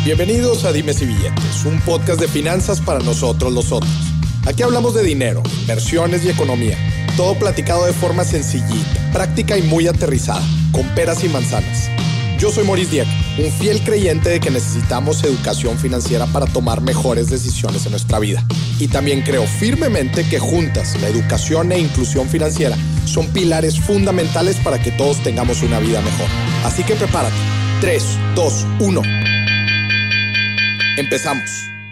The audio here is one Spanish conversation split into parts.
Bienvenidos a Dimes y Billetes, un podcast de finanzas para nosotros los otros. Aquí hablamos de dinero, inversiones y economía. Todo platicado de forma sencillita, práctica y muy aterrizada, con peras y manzanas. Yo soy Maurice Dieck, un fiel creyente de que necesitamos educación financiera para tomar mejores decisiones en nuestra vida. Y también creo firmemente que juntas, la educación e inclusión financiera son pilares fundamentales para que todos tengamos una vida mejor. Así que prepárate. 3, 2, 1. Empezamos.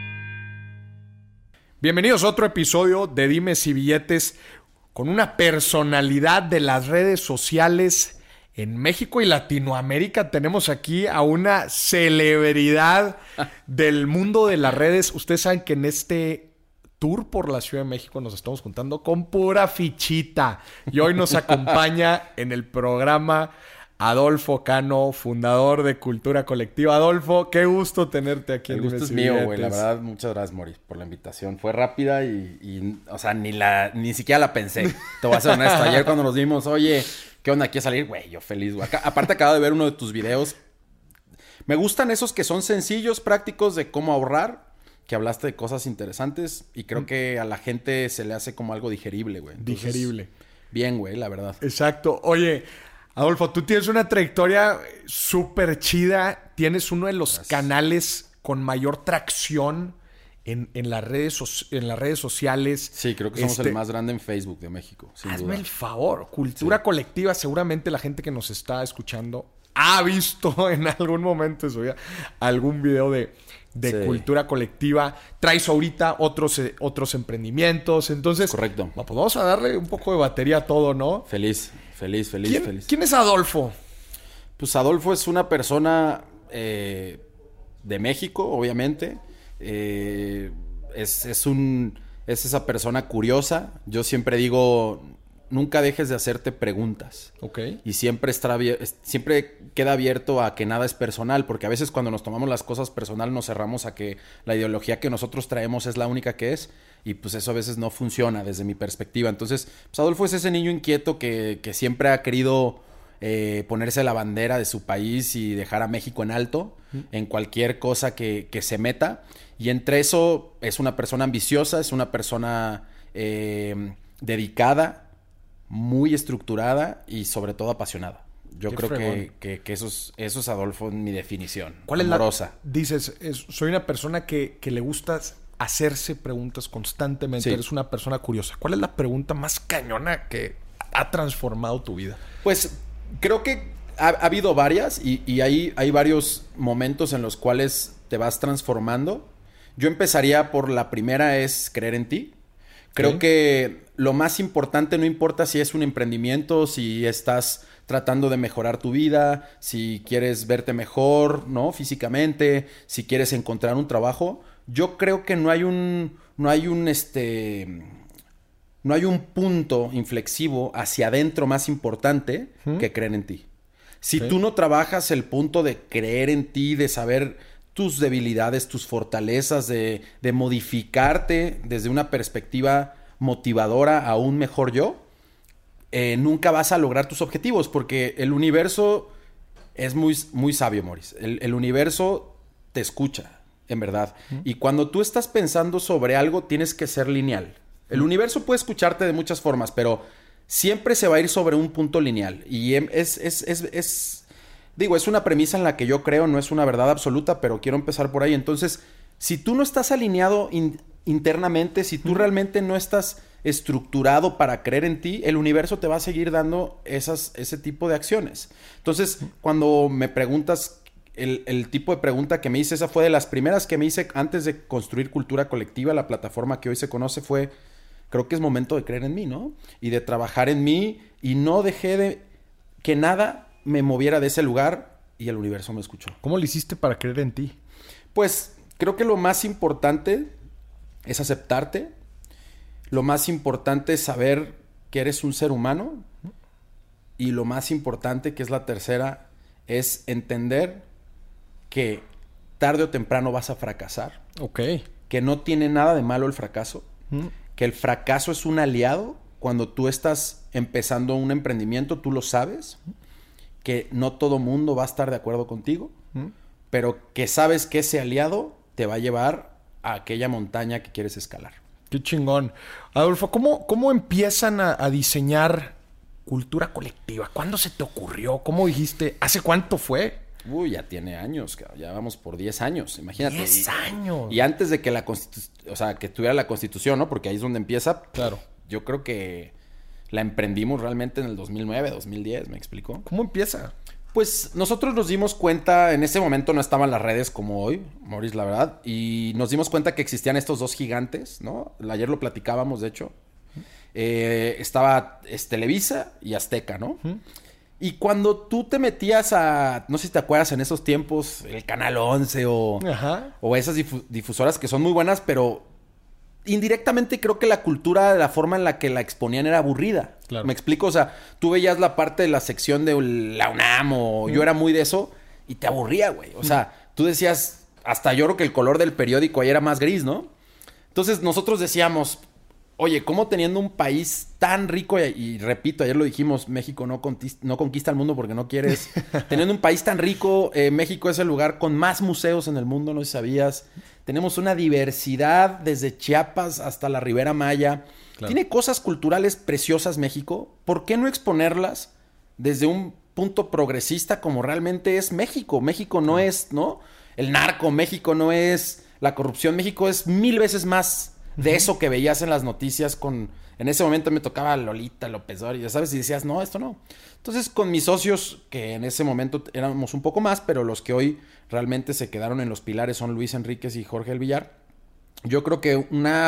Bienvenidos a otro episodio de Dimes y Billetes con una personalidad de las redes sociales en México y Latinoamérica. Tenemos aquí a una celebridad del mundo de las redes. Ustedes saben que en este tour por la Ciudad de México nos estamos juntando con pura fichita. Y hoy nos acompaña en el programa Adolfo Cano, fundador de Cultura Colectiva. Adolfo, qué gusto tenerte aquí. El gusto es mío, güey. La verdad, muchas gracias, Mori, por la invitación. Fue rápida y o sea, ni siquiera la pensé. Te voy a ser honesto. Ayer cuando nos vimos, oye, ¿qué onda? ¿Quieres salir? Güey, yo feliz, güey. Aparte, acabo de ver uno de tus videos. Me gustan esos que son sencillos, prácticos de cómo ahorrar, que hablaste de cosas interesantes y creo que a la gente se le hace como algo digerible, güey. Entonces, digerible. Bien, güey, la verdad. Exacto. Oye, Adolfo, tú tienes una trayectoria súper chida. Tienes uno de los canales con mayor tracción en las redes sociales. Sí, creo que somos el más grande en Facebook de México, sin hazme duda. el favor. Cultura Colectiva, seguramente la gente que nos está escuchando ha visto en algún momento de su vida algún video de Cultura Colectiva. Traes ahorita otros emprendimientos. Entonces, correcto. Pues vamos a darle un poco de batería a todo, ¿no? Feliz. ¿Quién es Adolfo? Pues Adolfo es una persona de México, obviamente. Es esa persona curiosa. Yo siempre digo, nunca dejes de hacerte preguntas. Ok. Y siempre queda abierto a que nada es personal, porque a veces cuando nos tomamos las cosas personal nos cerramos a que la ideología que nosotros traemos es la única que es. Y pues eso a veces no funciona desde mi perspectiva. Entonces, pues Adolfo es ese niño inquieto que siempre ha querido ponerse la bandera de su país y dejar a México en alto en cualquier cosa que se meta. Y entre eso es una persona ambiciosa, es una persona dedicada, muy estructurada y sobre todo apasionada. Yo creo que eso es Adolfo en mi definición. ¿Cuál amorosa. es la? Dices, soy una persona que le gusta hacerse preguntas constantemente. Sí. Eres una persona curiosa. ¿Cuál es la pregunta más cañona que ha transformado tu vida? Pues creo que ha habido varias y hay varios momentos en los cuales te vas transformando. Yo empezaría por la primera, es creer en ti. Creo que lo más importante, no importa si es un emprendimiento, si estás tratando de mejorar tu vida, si quieres verte mejor, ¿no? Físicamente, si quieres encontrar un trabajo. Yo creo que no hay un punto inflexivo hacia adentro más importante que creer en ti. Si tú no trabajas el punto de creer en ti, de saber tus debilidades, tus fortalezas, de modificarte desde una perspectiva motivadora a un mejor yo, nunca vas a lograr tus objetivos, porque el universo es muy, muy sabio, Maurice. El universo te escucha, en verdad. Y cuando tú estás pensando sobre algo, tienes que ser lineal. El universo puede escucharte de muchas formas, pero siempre se va a ir sobre un punto lineal. Y es una premisa en la que yo creo, no es una verdad absoluta, pero quiero empezar por ahí. Entonces, si tú no estás alineado internamente, si tú realmente no estás estructurado para creer en ti, el universo te va a seguir dando ese tipo de acciones. Entonces, cuando me preguntas el tipo de pregunta que me hice, esa fue de las primeras que me hice antes de construir Cultura Colectiva, la plataforma que hoy se conoce, fue, creo que es momento de creer en mí, ¿no? Y de trabajar en mí, y no dejé de que nada me moviera de ese lugar, y el universo me escuchó. ¿Cómo le hiciste para creer en ti? Pues creo que lo más importante es aceptarte. Lo más importante es saber que eres un ser humano. Y lo más importante, que es la tercera, es entender que tarde o temprano vas a fracasar. Ok. Que no tiene nada de malo el fracaso. Que el fracaso es un aliado. Cuando tú estás empezando un emprendimiento, tú lo sabes. Que no todo mundo va a estar de acuerdo contigo. pero que sabes que ese aliado te va a llevar a aquella montaña que quieres escalar. Qué chingón. Adolfo, ¿cómo empiezan a diseñar cultura colectiva? ¿Cuándo se te ocurrió? ¿Cómo dijiste? ¿Hace cuánto fue? Uy, ya tiene años, ya vamos por 10 años, imagínate. 10 años. Y antes de que que tuviera la Constitución, ¿no? Porque ahí es donde empieza. Claro. Yo creo que la emprendimos realmente en el 2009, 2010, ¿me explico? ¿Cómo empieza? Pues nosotros nos dimos cuenta, en ese momento no estaban las redes como hoy, Maurice, la verdad, y nos dimos cuenta que existían estos dos gigantes, ¿no? Ayer lo platicábamos, de hecho. Estaba Televisa y Azteca, ¿no? Y cuando tú te metías no sé si te acuerdas en esos tiempos, el Canal 11 o esas difusoras que son muy buenas, pero indirectamente creo que la cultura, la forma en la que la exponían era aburrida. Claro. ¿Me explico? O sea, tú veías la parte de la sección de la UNAM o yo era muy de eso y te aburría, güey. O sea, tú decías, hasta yo creo que el color del periódico ahí era más gris, ¿no? Entonces nosotros decíamos, oye, ¿cómo teniendo un país tan rico, y repito, ayer lo dijimos, México no conquista el mundo porque no quieres, teniendo un país tan rico, México es el lugar con más museos en el mundo, no sé si sabías, tenemos una diversidad desde Chiapas hasta la Ribera Maya, claro. Tiene cosas culturales preciosas México, ¿por qué no exponerlas desde un punto progresista como realmente es México? México no es, ¿no? El narco, México no es la corrupción, México es 1000 veces más de eso que veías en las noticias en ese momento me tocaba Lolita López Dóriga, ¿sabes? Y decías, no, esto no. Entonces, con mis socios, que en ese momento éramos un poco más, pero los que hoy realmente se quedaron en los pilares son Luis Enríquez y Jorge El Villar. Yo creo que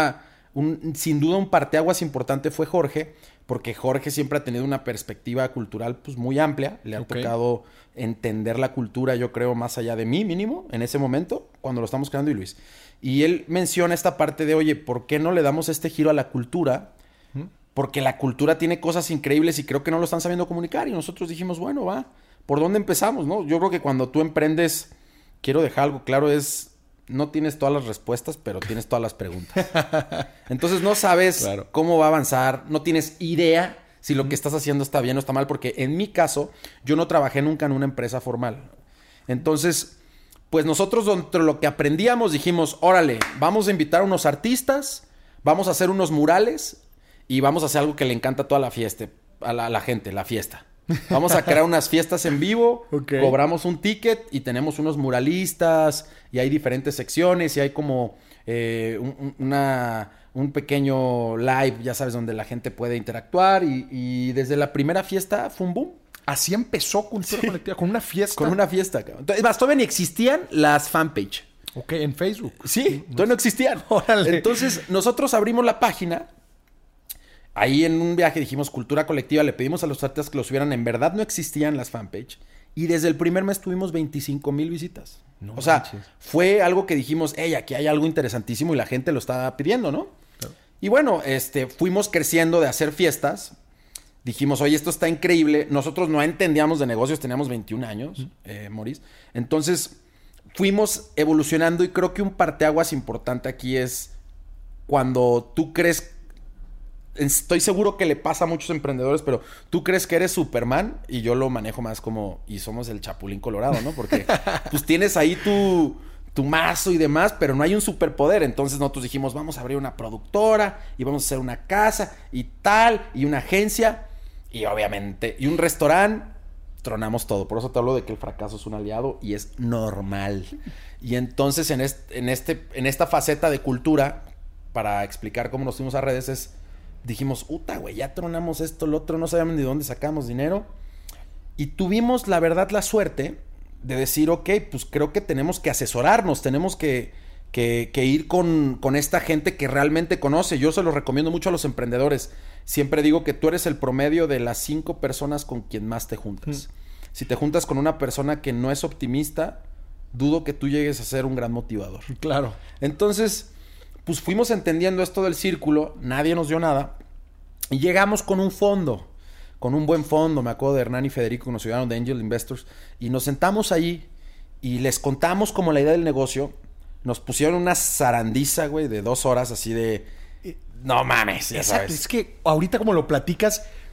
sin duda un parteaguas importante fue Jorge, porque Jorge siempre ha tenido una perspectiva cultural pues muy amplia. Le ha tocado entender la cultura, yo creo, más allá de mí mínimo, en ese momento, cuando lo estamos creando, y Luis. Y él menciona esta parte de, oye, ¿por qué no le damos este giro a la cultura? Porque la cultura tiene cosas increíbles y creo que no lo están sabiendo comunicar. Y nosotros dijimos, bueno, va, ¿por dónde empezamos, no? Yo creo que cuando tú emprendes, quiero dejar algo claro, no tienes todas las respuestas, pero tienes todas las preguntas. Entonces no sabes cómo va a avanzar, no tienes idea si lo que estás haciendo está bien o está mal, porque en mi caso, yo no trabajé nunca en una empresa formal. Entonces, pues nosotros dentro de lo que aprendíamos dijimos, órale, vamos a invitar a unos artistas, vamos a hacer unos murales y vamos a hacer algo que le encanta a toda la fiesta, a la gente, la fiesta. Vamos a crear unas fiestas en vivo, cobramos un ticket y tenemos unos muralistas y hay diferentes secciones y hay como un pequeño live, ya sabes, donde la gente puede interactuar y desde la primera fiesta fue un boom. Así empezó Cultura Colectiva, con una fiesta. Con una fiesta, cabrón. Entonces, todavía ni existían las fanpage. Ok, en Facebook. Sí, todavía no existían. Órale. Entonces, nosotros abrimos la página. Ahí en un viaje dijimos Cultura Colectiva, le pedimos a los artistas que lo subieran. En verdad no existían las fanpage. Y desde el primer mes tuvimos 25,000 visitas. No, o sea, manches. Fue algo que dijimos, hey, aquí hay algo interesantísimo y la gente lo está pidiendo, ¿no? Claro. Y bueno, fuimos creciendo de hacer fiestas. Dijimos, oye, esto está increíble. Nosotros no entendíamos de negocios, teníamos 21 años, Maurice. Entonces, fuimos evolucionando y creo que un parteaguas importante aquí es cuando tú crees, estoy seguro que le pasa a muchos emprendedores, pero tú crees que eres Superman y yo lo manejo más como, y somos el Chapulín Colorado, ¿no? Porque pues tienes ahí tu mazo y demás, pero no hay un superpoder. Entonces nosotros dijimos, vamos a abrir una productora y vamos a hacer una casa y tal, y una agencia. Y obviamente, y un restaurante, tronamos todo. Por eso te hablo de que el fracaso es un aliado y es normal. Y entonces en esta faceta de cultura, para explicar cómo nos fuimos a redes, dijimos, güey, ya tronamos esto, lo otro, no sabíamos ni de dónde sacamos dinero. Y tuvimos, la verdad, la suerte de decir, ok, pues creo que tenemos que asesorarnos, tenemos que ir con esta gente que realmente conoce. Yo se lo recomiendo mucho a los emprendedores. Siempre digo que tú eres el promedio de las 5 personas con quien más te juntas. Si te juntas con una persona que no es optimista, dudo que tú llegues a ser un gran motivador. Claro. Entonces, pues fuimos entendiendo esto del círculo, nadie nos dio nada, y llegamos con un fondo, con un buen fondo, me acuerdo de Hernán y Federico, que nos ayudaron de Angel Investors, y nos sentamos ahí y les contamos como la idea del negocio. Nos pusieron una zarandiza, güey, de 2 horas así de... No mames, ya Exacto, sabes. es que ahorita como lo platicas,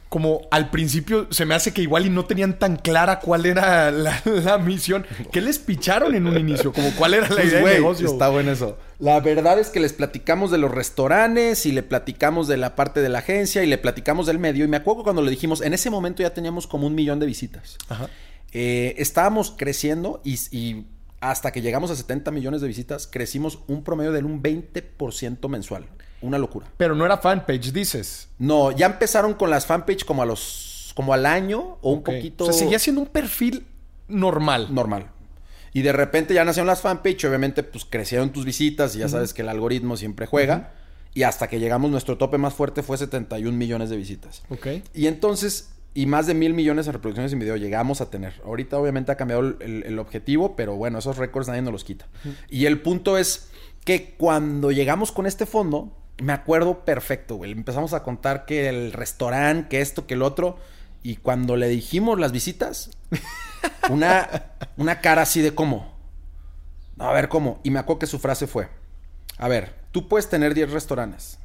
como al principio se me hace que igual y no tenían tan clara cuál era la misión. ¿Qué les picharon en un inicio? Como cuál era la idea de negocio. Está bueno eso. La verdad es que les platicamos de los restaurantes y le platicamos de la parte de la agencia y le platicamos del medio. Y me acuerdo cuando le dijimos, en ese momento ya teníamos como 1 millón de visitas. Ajá. Estábamos creciendo y hasta que llegamos a 70 millones de visitas, crecimos un promedio del un 20% mensual. Una locura. Pero no era fanpage, dices. No, ya empezaron con las fanpage como al año o un poquito. O sea, seguía siendo un perfil normal. Normal. Y de repente ya nacieron las fanpage, obviamente pues crecieron tus visitas y ya sabes que el algoritmo siempre juega. Y hasta que llegamos, nuestro tope más fuerte fue 71 millones de visitas. Ok. Y entonces, y más de 1,000 millones de reproducciones en video llegamos a tener. Ahorita obviamente ha cambiado el objetivo, pero bueno, esos récords nadie nos los quita. Y el punto es que cuando llegamos con este fondo, me acuerdo perfecto, güey. Empezamos a contar que el restaurante, que esto, que el otro. Y cuando le dijimos las visitas, una cara así de ¿cómo? A ver, ¿cómo? Y me acuerdo que su frase fue, a ver, tú puedes tener 10 restaurantes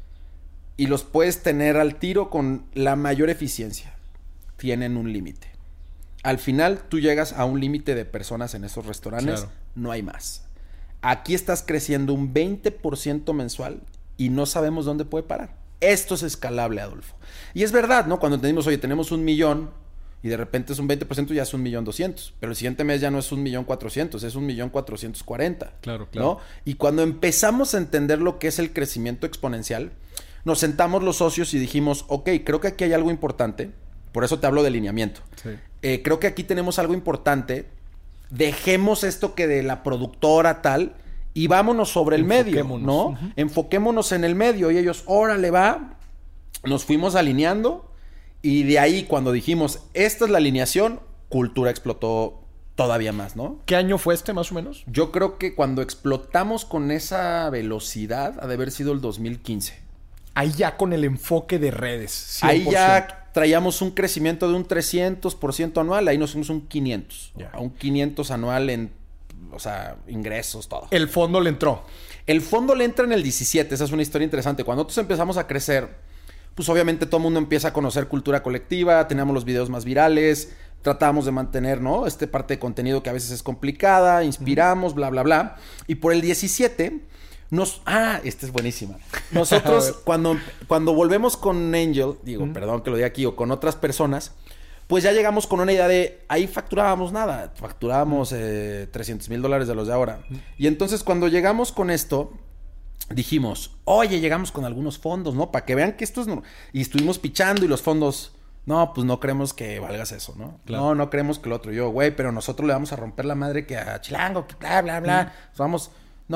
y los puedes tener al tiro con la mayor eficiencia. Tienen un límite. Al final, tú llegas a un límite de personas en esos restaurantes. Claro. No hay más. Aquí estás creciendo un 20% mensual y no sabemos dónde puede parar. Esto es escalable, Adolfo. Y es verdad, ¿no? Cuando entendimos, oye, tenemos 1 millón y de repente es un 20%, ya es 1,200,000. Pero el siguiente mes ya no es 1,400,000, es 1,440,000. Claro. ¿No? Y cuando empezamos a entender lo que es el crecimiento exponencial, nos sentamos los socios y dijimos, ok, creo que aquí hay algo importante. Por eso te hablo de lineamiento. Sí. Creo que aquí tenemos algo importante. Dejemos esto que de la productora tal y vámonos sobre el medio, ¿no? Enfoquémonos en el medio. Y ellos, órale, va. Nos fuimos alineando. Y de ahí, cuando dijimos, esta es la alineación, Cultura explotó todavía más, ¿no? ¿Qué año fue este, más o menos? Yo creo que cuando explotamos con esa velocidad, ha de haber sido el 2015. Ahí ya con el enfoque de redes. 100%. Ahí ya traíamos un crecimiento de un 300% anual. Ahí nos fuimos un 500. Yeah. A un 500 anual en, o sea, ingresos, todo. ¿El fondo le entró? El fondo le entra en el 17. Esa es una historia interesante. Cuando nosotros empezamos a crecer, pues obviamente todo el mundo empieza a conocer cultura colectiva. Teníamos los videos más virales. Tratábamos de mantener, ¿no? Parte de contenido que a veces es complicada. Inspiramos, bla, bla, bla. Y por el 17... esta es buenísima. Nosotros, cuando volvemos con Angel, perdón que lo diga aquí, o con otras personas, pues ya llegamos con una idea de, ahí facturábamos nada, facturábamos $300,000 de los de ahora. Y entonces cuando llegamos con esto, dijimos, oye, llegamos con algunos fondos, ¿no? Para que vean que esto es... Y estuvimos pichando y los fondos, no, pues no creemos que valgas eso, ¿no? Claro. No creemos que lo otro. Yo, güey, pero nosotros le vamos a romper la madre que a Chilango, que bla, bla, bla. Vamos...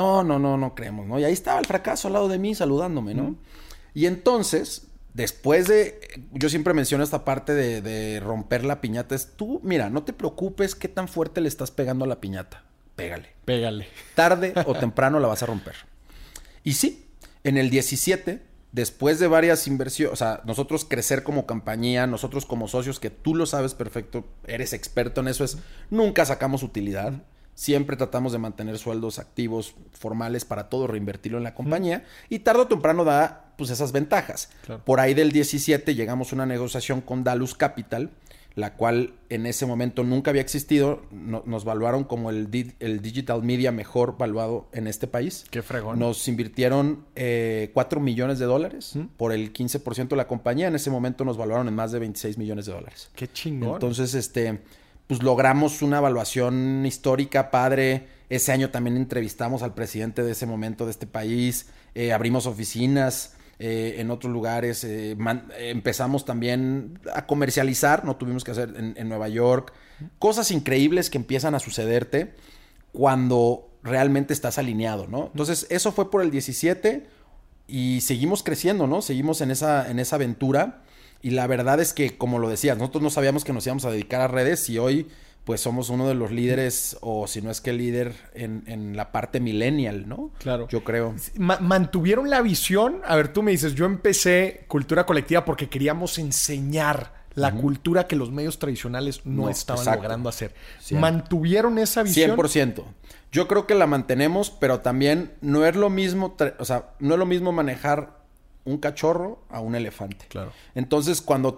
No creemos, ¿no? Y ahí estaba el fracaso al lado de mí saludándome, ¿no? Y entonces, después de... Yo siempre menciono esta parte de romper la piñata. Es tú, mira, no te preocupes qué tan fuerte le estás pegando a la piñata. Pégale. Tarde o temprano la vas a romper. Y sí, en el 17, después de varias inversiones... O sea, nosotros crecer como compañía, nosotros como socios, que tú lo sabes perfecto, eres experto en eso, es... Nunca sacamos utilidad. Siempre tratamos de mantener sueldos activos, formales, para todo reinvertirlo en la compañía. Y tarde o temprano da, pues, esas ventajas. Claro. Por ahí del 17 llegamos a una negociación con Dalus Capital, la cual en ese momento nunca había existido. Nos valuaron como el digital media mejor valuado en este país. ¡Qué fregón! Nos invirtieron $4 millones por el 15% de la compañía. En ese momento nos valuaron en más de $26 millones. ¡Qué chingón! Entonces, pues logramos una evaluación histórica, padre. Ese año también entrevistamos al presidente de ese momento de este país. Abrimos oficinas en otros lugares. Empezamos también a comercializar. No tuvimos que hacer en Nueva York. Cosas increíbles que empiezan a sucederte cuando realmente estás alineado, ¿no? Entonces, eso fue por el 17 y seguimos creciendo, ¿no? Seguimos en esa aventura. Y la verdad es que, como lo decías, nosotros no sabíamos que nos íbamos a dedicar a redes y hoy, pues, somos uno de los líderes, o si no es que el líder en la parte millennial, ¿no? Claro. Yo creo. ¿Mantuvieron la visión? A ver, tú me dices, yo empecé Cultura Colectiva porque queríamos enseñar la cultura que los medios tradicionales no estaban logrando hacer. ¿Mantuvieron esa visión? 100%. Yo creo que la mantenemos, pero también no es lo mismo, no es lo mismo manejar un cachorro a un elefante. Claro. Entonces, cuando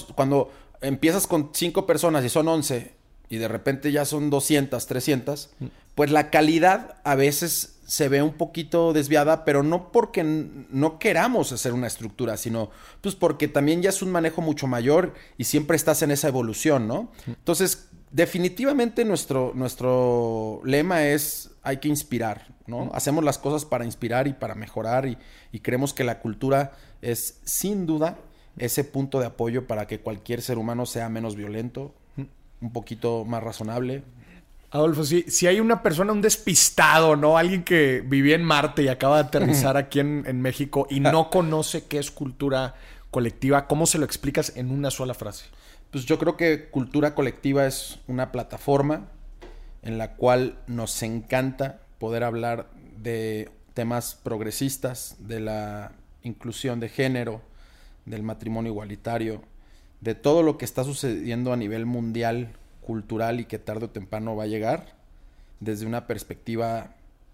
empiezas con 5 personas y son 11 y de repente ya son 200, 300, pues la calidad a veces se ve un poquito desviada, pero no porque no queramos hacer una estructura, sino pues porque también ya es un manejo mucho mayor y siempre estás en esa evolución, ¿no? Entonces, definitivamente nuestro lema es hay que inspirar, ¿no? Hacemos las cosas para inspirar y para mejorar y creemos que la cultura es sin duda ese punto de apoyo para que cualquier ser humano sea menos violento, un poquito más razonable. Adolfo, si hay una persona, un despistado, ¿no? Alguien que vivía en Marte y acaba de aterrizar aquí en México y no conoce qué es cultura colectiva, ¿cómo se lo explicas en una sola frase? Pues yo creo que cultura colectiva es una plataforma en la cual nos encanta poder hablar de temas progresistas, de la inclusión de género, del matrimonio igualitario, de todo lo que está sucediendo a nivel mundial, cultural y que tarde o temprano va a llegar, desde una perspectiva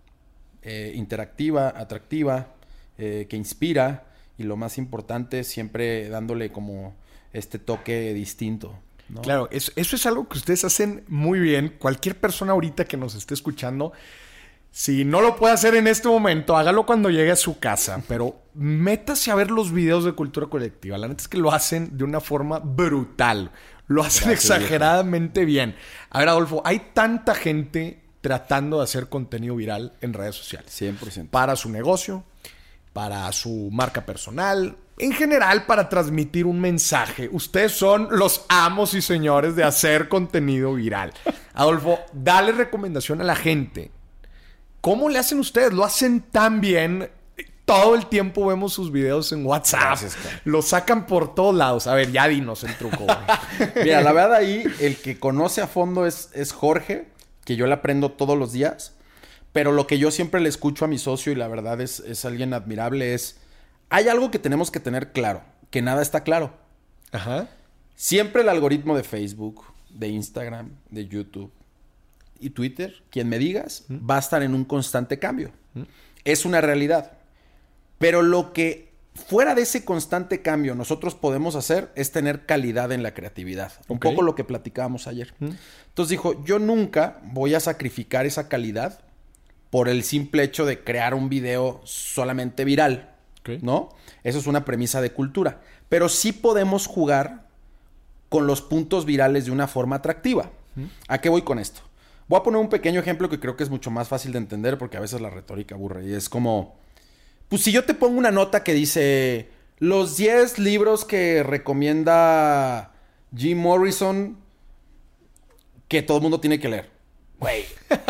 interactiva, atractiva, que inspira y lo más importante, siempre dándole como este toque distinto, ¿no? Claro, eso es algo que ustedes hacen muy bien. Cualquier persona ahorita que nos esté escuchando, si no lo puede hacer en este momento, hágalo cuando llegue a su casa, pero métase a ver los videos de cultura colectiva. La neta es que lo hacen de una forma brutal. Lo hacen exageradamente bien. A ver, Adolfo, hay tanta gente tratando de hacer contenido viral en redes sociales. 100%. Para su negocio, para su marca personal, en general para transmitir un mensaje. Ustedes son los amos y señores de hacer contenido viral. Adolfo, dale recomendación a la gente. ¿Cómo le hacen ustedes? Lo hacen tan bien. Todo el tiempo vemos sus videos en WhatsApp. Gracias, lo sacan por todos lados. A ver, ya dinos el truco, güey. Mira, la verdad ahí, el que conoce a fondo es Jorge, que yo le aprendo todos los días. Pero lo que yo siempre le escucho a mi socio, y la verdad es alguien admirable, es... Hay algo que tenemos que tener claro, que nada está claro. Ajá. Siempre el algoritmo de Facebook, de Instagram, de YouTube y Twitter, quien me digas, va a estar en un constante cambio. Es una realidad. Pero lo que fuera de ese constante cambio nosotros podemos hacer es tener calidad en la creatividad. Un poco lo que platicábamos ayer. Entonces dijo, yo nunca voy a sacrificar esa calidad por el simple hecho de crear un video solamente viral. ¿No? Eso es una premisa de cultura. Pero sí podemos jugar con los puntos virales de una forma atractiva. ¿A qué voy con esto? Voy a poner un pequeño ejemplo que creo que es mucho más fácil de entender porque a veces la retórica aburre. Y es como... Pues si yo te pongo una nota que dice... Los 10 libros que recomienda Jim Morrison que todo el mundo tiene que leer. Güey.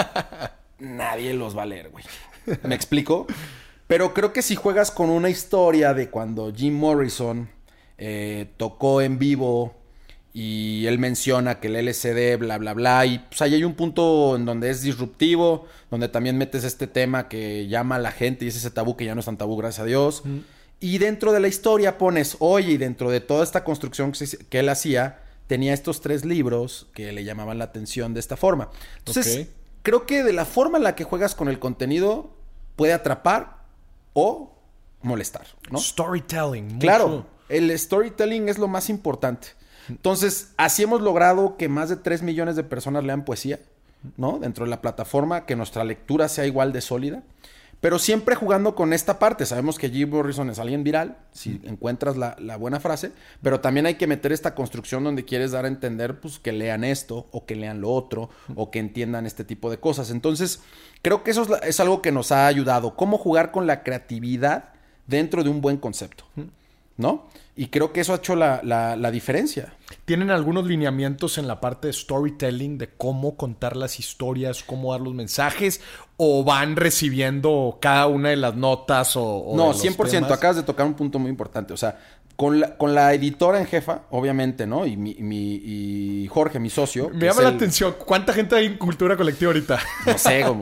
Nadie los va a leer, güey. ¿Me explico? Pero creo que si juegas con una historia de cuando Jim Morrison tocó en vivo y él menciona que el LSD, bla, bla, bla, y pues ahí hay un punto en donde es disruptivo, donde también metes este tema que llama a la gente y es ese tabú que ya no es tan tabú, gracias a Dios. Y dentro de la historia pones, oye, y dentro de toda esta construcción que él hacía, tenía estos 3 libros que le llamaban la atención de esta forma. Entonces, creo que de la forma en la que juegas con el contenido puede atrapar o molestar, ¿no? Storytelling. Claro, el storytelling es lo más importante. Entonces, así hemos logrado que más de 3 millones de personas lean poesía, ¿no? Dentro de la plataforma, que nuestra lectura sea igual de sólida. Pero siempre jugando con esta parte. Sabemos que Jim Morrison es alguien viral, si encuentras la buena frase, pero también hay que meter esta construcción donde quieres dar a entender pues, que lean esto, o que lean lo otro, o que entiendan este tipo de cosas. Entonces, creo que eso es algo que nos ha ayudado. Cómo jugar con la creatividad dentro de un buen concepto, ¿no? Y creo que eso ha hecho la diferencia. ¿Tienen algunos lineamientos en la parte de storytelling de cómo contar las historias, cómo dar los mensajes? ¿O van recibiendo cada una de las notas o no, de los 100%. temas? Acabas de tocar un punto muy importante. O sea, con la editora en jefa, obviamente, ¿no? Y Jorge, mi socio. Me llama la atención. ¿Cuánta gente hay en cultura colectiva ahorita? No sé, como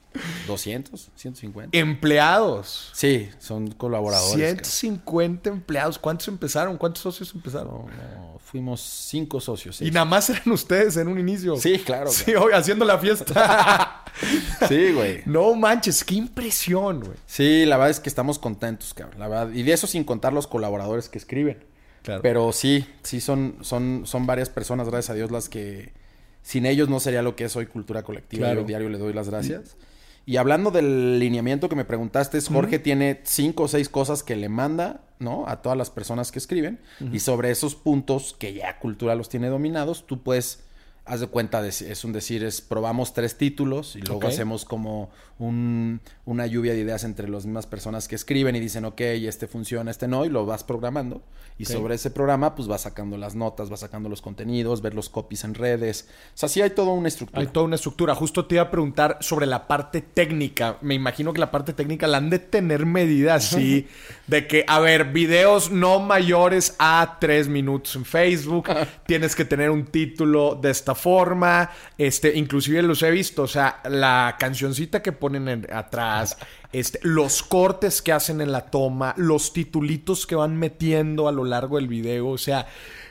200, 150. ¿Empleados? Sí, son colaboradores. 150 empleados. ¿Cuántos empezaron? ¿Cuántos socios empezaron? No, fuimos 5 socios. 6. Y nada más eran ustedes en un inicio. Sí, claro. Sí, hoy haciendo la fiesta. Sí, güey. No manches, qué impresión, güey. Sí, la verdad es que estamos contentos, cabrón. La verdad. Y de eso sin contar los colaboradores que escriben. Claro. Pero sí son varias personas, gracias a Dios, las que sin ellos no sería lo que es hoy Cultura Colectiva. Claro. Yo diario le doy las gracias. Y hablando del lineamiento que me preguntaste, Jorge tiene 5 o 6 cosas que le manda, ¿no? A todas las personas que escriben. Y sobre esos puntos que ya Cultura los tiene dominados, tú puedes, haz de cuenta, probamos 3 títulos y luego hacemos como una lluvia de ideas entre las mismas personas que escriben y dicen, ok, este funciona, este no, y lo vas programando. Y sobre ese programa, pues vas sacando las notas, vas sacando los contenidos, ver los copies en redes. O sea, sí hay toda una estructura. Hay toda una estructura. Justo te iba a preguntar sobre la parte técnica. Me imagino que la parte técnica la han de tener medidas, ¿sí? De que, a ver, videos no mayores a 3 minutos en Facebook. Tienes que tener un título de esta forma. Inclusive los he visto. O sea, la cancioncita que ponen atrás... los cortes que hacen en la toma, los titulitos que van metiendo a lo largo del video, o sea,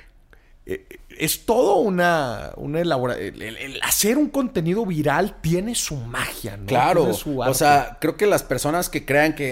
es todo una elaboración. El hacer un contenido viral tiene su magia, ¿no? Claro, tiene su arte. O sea, creo que las personas que crean que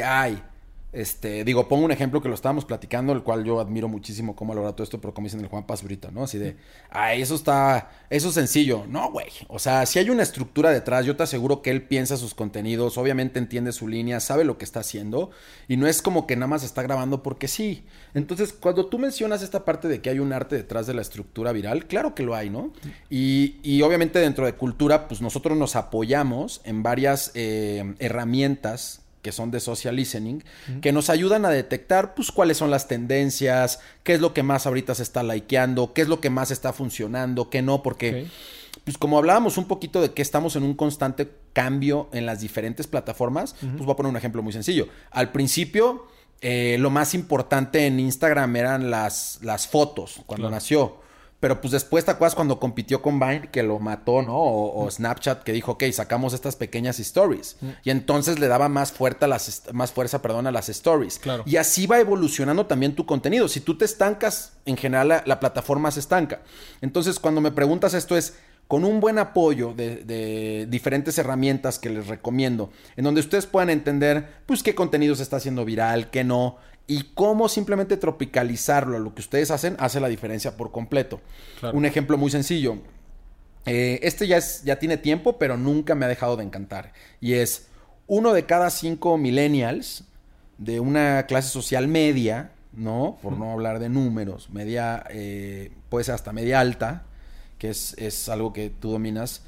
pongo un ejemplo que lo estábamos platicando, el cual yo admiro muchísimo cómo ha logrado todo esto, pero como dicen el Juan Paz ahorita, ¿no? Así de, eso es sencillo. No, güey. O sea, si hay una estructura detrás, yo te aseguro que él piensa sus contenidos, obviamente entiende su línea, sabe lo que está haciendo, y no es como que nada más está grabando porque sí. Entonces, cuando tú mencionas esta parte de que hay un arte detrás de la estructura viral, claro que lo hay, ¿no? Y obviamente dentro de Cultura, pues nosotros nos apoyamos en varias herramientas que son de social listening, que nos ayudan a detectar, pues, cuáles son las tendencias, qué es lo que más ahorita se está likeando, qué es lo que más está funcionando, qué no, porque, pues, como hablábamos un poquito de que estamos en un constante cambio en las diferentes plataformas, pues voy a poner un ejemplo muy sencillo. Al principio, lo más importante en Instagram eran las fotos, cuando nació. Pero pues después, ¿te acuerdas cuando compitió con Vine que lo mató, ¿no? O Snapchat que dijo, ok, sacamos estas pequeñas stories. Y entonces le daba más fuerza a las stories. Claro. Y así va evolucionando también tu contenido. Si tú te estancas, en general la plataforma se estanca. Entonces, cuando me preguntas esto es con un buen apoyo de diferentes herramientas que les recomiendo, en donde ustedes puedan entender, pues, qué contenido se está haciendo viral, qué no, y cómo simplemente tropicalizarlo a lo que ustedes hacen, hace la diferencia por completo. Claro. Un ejemplo muy sencillo. Ya tiene tiempo, pero nunca me ha dejado de encantar. Y es 1 de cada 5 millennials de una clase social media, ¿no? Por no hablar de números, media, puede ser hasta media alta, que es algo que tú dominas,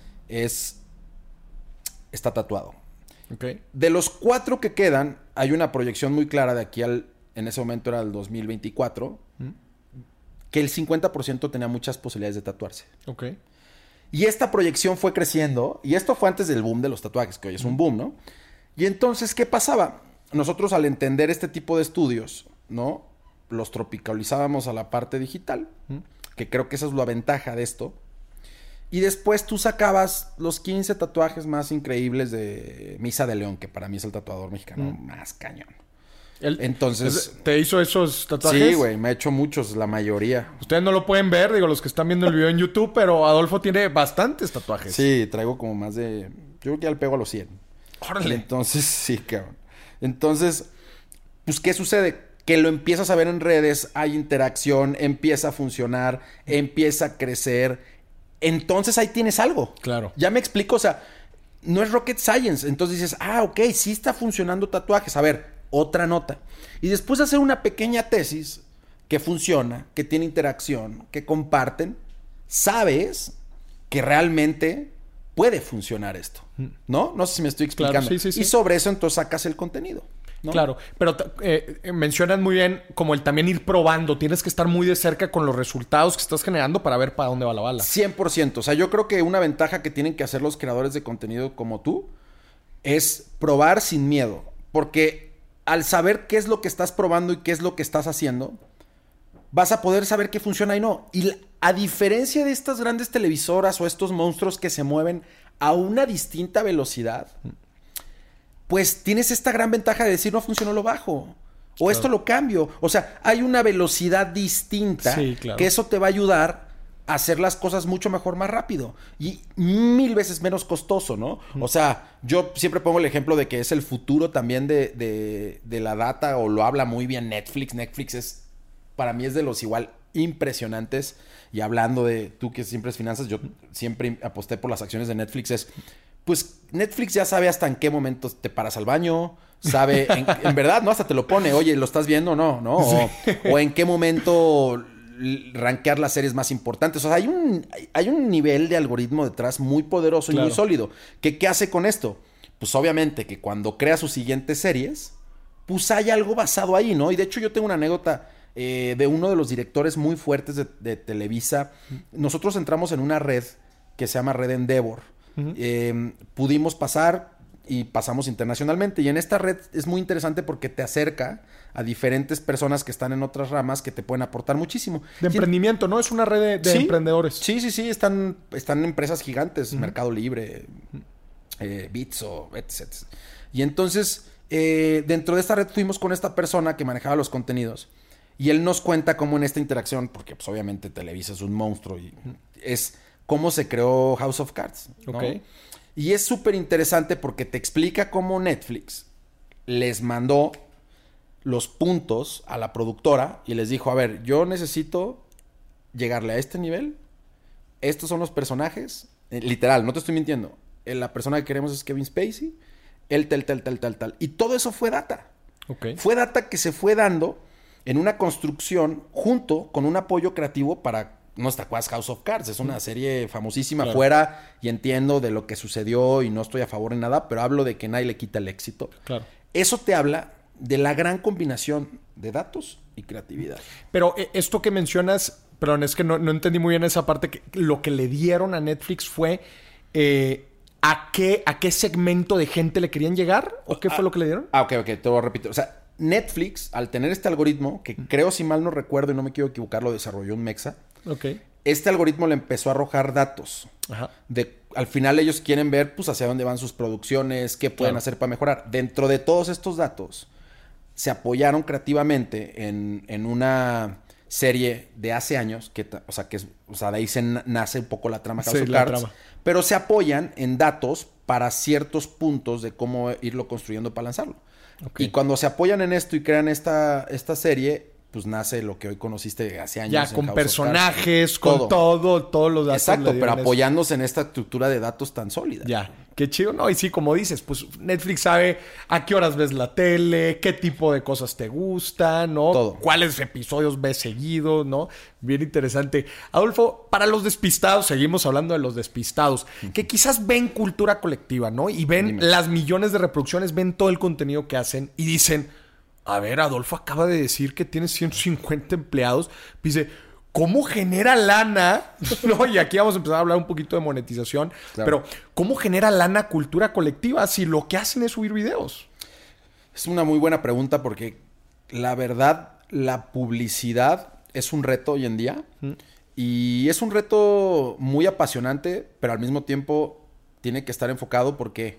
está tatuado. Okay. De los 4 que quedan, hay una proyección muy clara de aquí en ese momento era el 2024, que el 50% tenía muchas posibilidades de tatuarse. Ok. Y esta proyección fue creciendo, y esto fue antes del boom de los tatuajes, que hoy es un boom, ¿no? Y entonces, ¿qué pasaba? Nosotros, al entender este tipo de estudios, ¿no? Los tropicalizábamos a la parte digital, que creo que esa es la ventaja de esto. Y después tú sacabas los 15 tatuajes más increíbles de Misa de León, que para mí es el tatuador mexicano más cañón. Entonces, ¿te hizo esos tatuajes? Sí, güey, me ha hecho muchos, la mayoría. Ustedes no lo pueden ver, digo, los que están viendo el video en YouTube, pero Adolfo tiene bastantes tatuajes. Sí, traigo como más de... Yo creo que ya le pego a los 100. ¡Órale! Entonces, sí, cabrón. Entonces, pues, ¿qué sucede? Que lo empiezas a ver en redes, hay interacción, empieza a funcionar, empieza a crecer. Entonces, ahí tienes algo. Claro. Ya me explico, o sea, no es rocket science. Entonces dices, ok, sí está funcionando tatuajes. A ver, otra nota. Y después de hacer una pequeña tesis que funciona, que tiene interacción, que comparten, sabes que realmente puede funcionar esto, ¿no? No sé si me estoy explicando. Claro, sí. Y sobre eso entonces sacas el contenido, ¿no? Claro, pero mencionan muy bien como el también ir probando. Tienes que estar muy de cerca con los resultados que estás generando para ver para dónde va la bala. 100%. O sea, yo creo que una ventaja que tienen que hacer los creadores de contenido como tú es probar sin miedo. Porque al saber qué es lo que estás probando y qué es lo que estás haciendo, vas a poder saber qué funciona y no. Y a diferencia de estas grandes televisoras o estos monstruos que se mueven a una distinta velocidad, pues tienes esta gran ventaja de decir, no funcionó, lo bajo. O esto lo cambio. O sea, hay una velocidad distinta que eso te va a ayudar a hacer las cosas mucho mejor, más rápido. Y 1000 veces menos costoso, ¿no? O sea, yo siempre pongo el ejemplo de que es el futuro también de la data, o lo habla muy bien Netflix. Netflix es, para mí es de los igual impresionantes. Y hablando de tú que siempre es finanzas, yo siempre aposté por las acciones de Netflix. Pues Netflix ya sabe hasta en qué momento te paras al baño, sabe, en verdad, ¿no? Hasta te lo pone, oye, ¿lo estás viendo o no? ¿No? Sí. O en qué momento rankear las series más importantes. O sea, hay un nivel de algoritmo detrás muy poderoso y muy sólido. ¿Qué hace con esto? Pues obviamente que cuando crea sus siguientes series, pues hay algo basado ahí, ¿no? Y de hecho yo tengo una anécdota de uno de los directores muy fuertes de Televisa. Nosotros entramos en una red que se llama Red Endeavor. Pudimos pasar y pasamos internacionalmente. Y en esta red es muy interesante porque te acerca a diferentes personas que están en otras ramas que te pueden aportar muchísimo. De emprendimiento, ¿no? Es una red de emprendedores. Sí. Están empresas gigantes. Mercado Libre, Bitso, etc. Y entonces, dentro de esta red fuimos con esta persona que manejaba los contenidos. Y él nos cuenta cómo en esta interacción, porque pues obviamente Televisa es un monstruo y es cómo se creó House of Cards, ¿no? Okay. Y es súper interesante porque te explica cómo Netflix les mandó los puntos a la productora y les dijo, a ver, yo necesito llegarle a este nivel, estos son los personajes, literal, no te estoy mintiendo, la persona que queremos es Kevin Spacey, tal. Y todo eso fue data. Okay. Fue data que se fue dando en una construcción junto con un apoyo creativo para... No te acuerdas House of Cards, es una serie famosísima fuera y entiendo de lo que sucedió y no estoy a favor en nada, pero hablo de que nadie le quita el éxito. Claro. Eso te habla de la gran combinación de datos y creatividad. Pero esto que mencionas, perdón, es que no entendí muy bien esa parte, que lo que le dieron a Netflix fue ¿a qué segmento de gente le querían llegar? ¿O qué fue lo que le dieron? Ok, te lo repito. O sea, Netflix, al tener este algoritmo, que creo, si mal no recuerdo y no me quiero equivocar, lo desarrolló un mexa. Okay. Este algoritmo le empezó a arrojar datos. Ajá. Al final ellos quieren ver pues hacia dónde van sus producciones, qué pueden hacer para mejorar. Dentro de todos estos datos, se apoyaron creativamente en una serie de hace años, de ahí nace un poco la trama House of Cards, pero se apoyan en datos para ciertos puntos de cómo irlo construyendo para lanzarlo. Okay. Y cuando se apoyan en esto y crean esta serie, pues nace lo que hoy conociste hace años. Ya, con personajes, con todos los datos. Exacto, pero apoyándose en esta estructura de datos tan sólida. Ya, qué chido, ¿no? Y sí, como dices, pues Netflix sabe a qué horas ves la tele, qué tipo de cosas te gustan, ¿no? Todo. Cuáles episodios ves seguidos, ¿no? Bien interesante. Adolfo, para los despistados, seguimos hablando de los despistados, que quizás ven cultura colectiva, ¿no? Y ven las millones de reproducciones, ven todo el contenido que hacen y dicen... A ver, Adolfo acaba de decir que tiene 150 empleados. Dice, ¿cómo genera lana? No, y aquí vamos a empezar a hablar un poquito de monetización. Claro. Pero, ¿cómo genera lana cultura colectiva si lo que hacen es subir videos? Es una muy buena pregunta porque la verdad, la publicidad es un reto hoy en día. Y es un reto muy apasionante, pero al mismo tiempo tiene que estar enfocado porque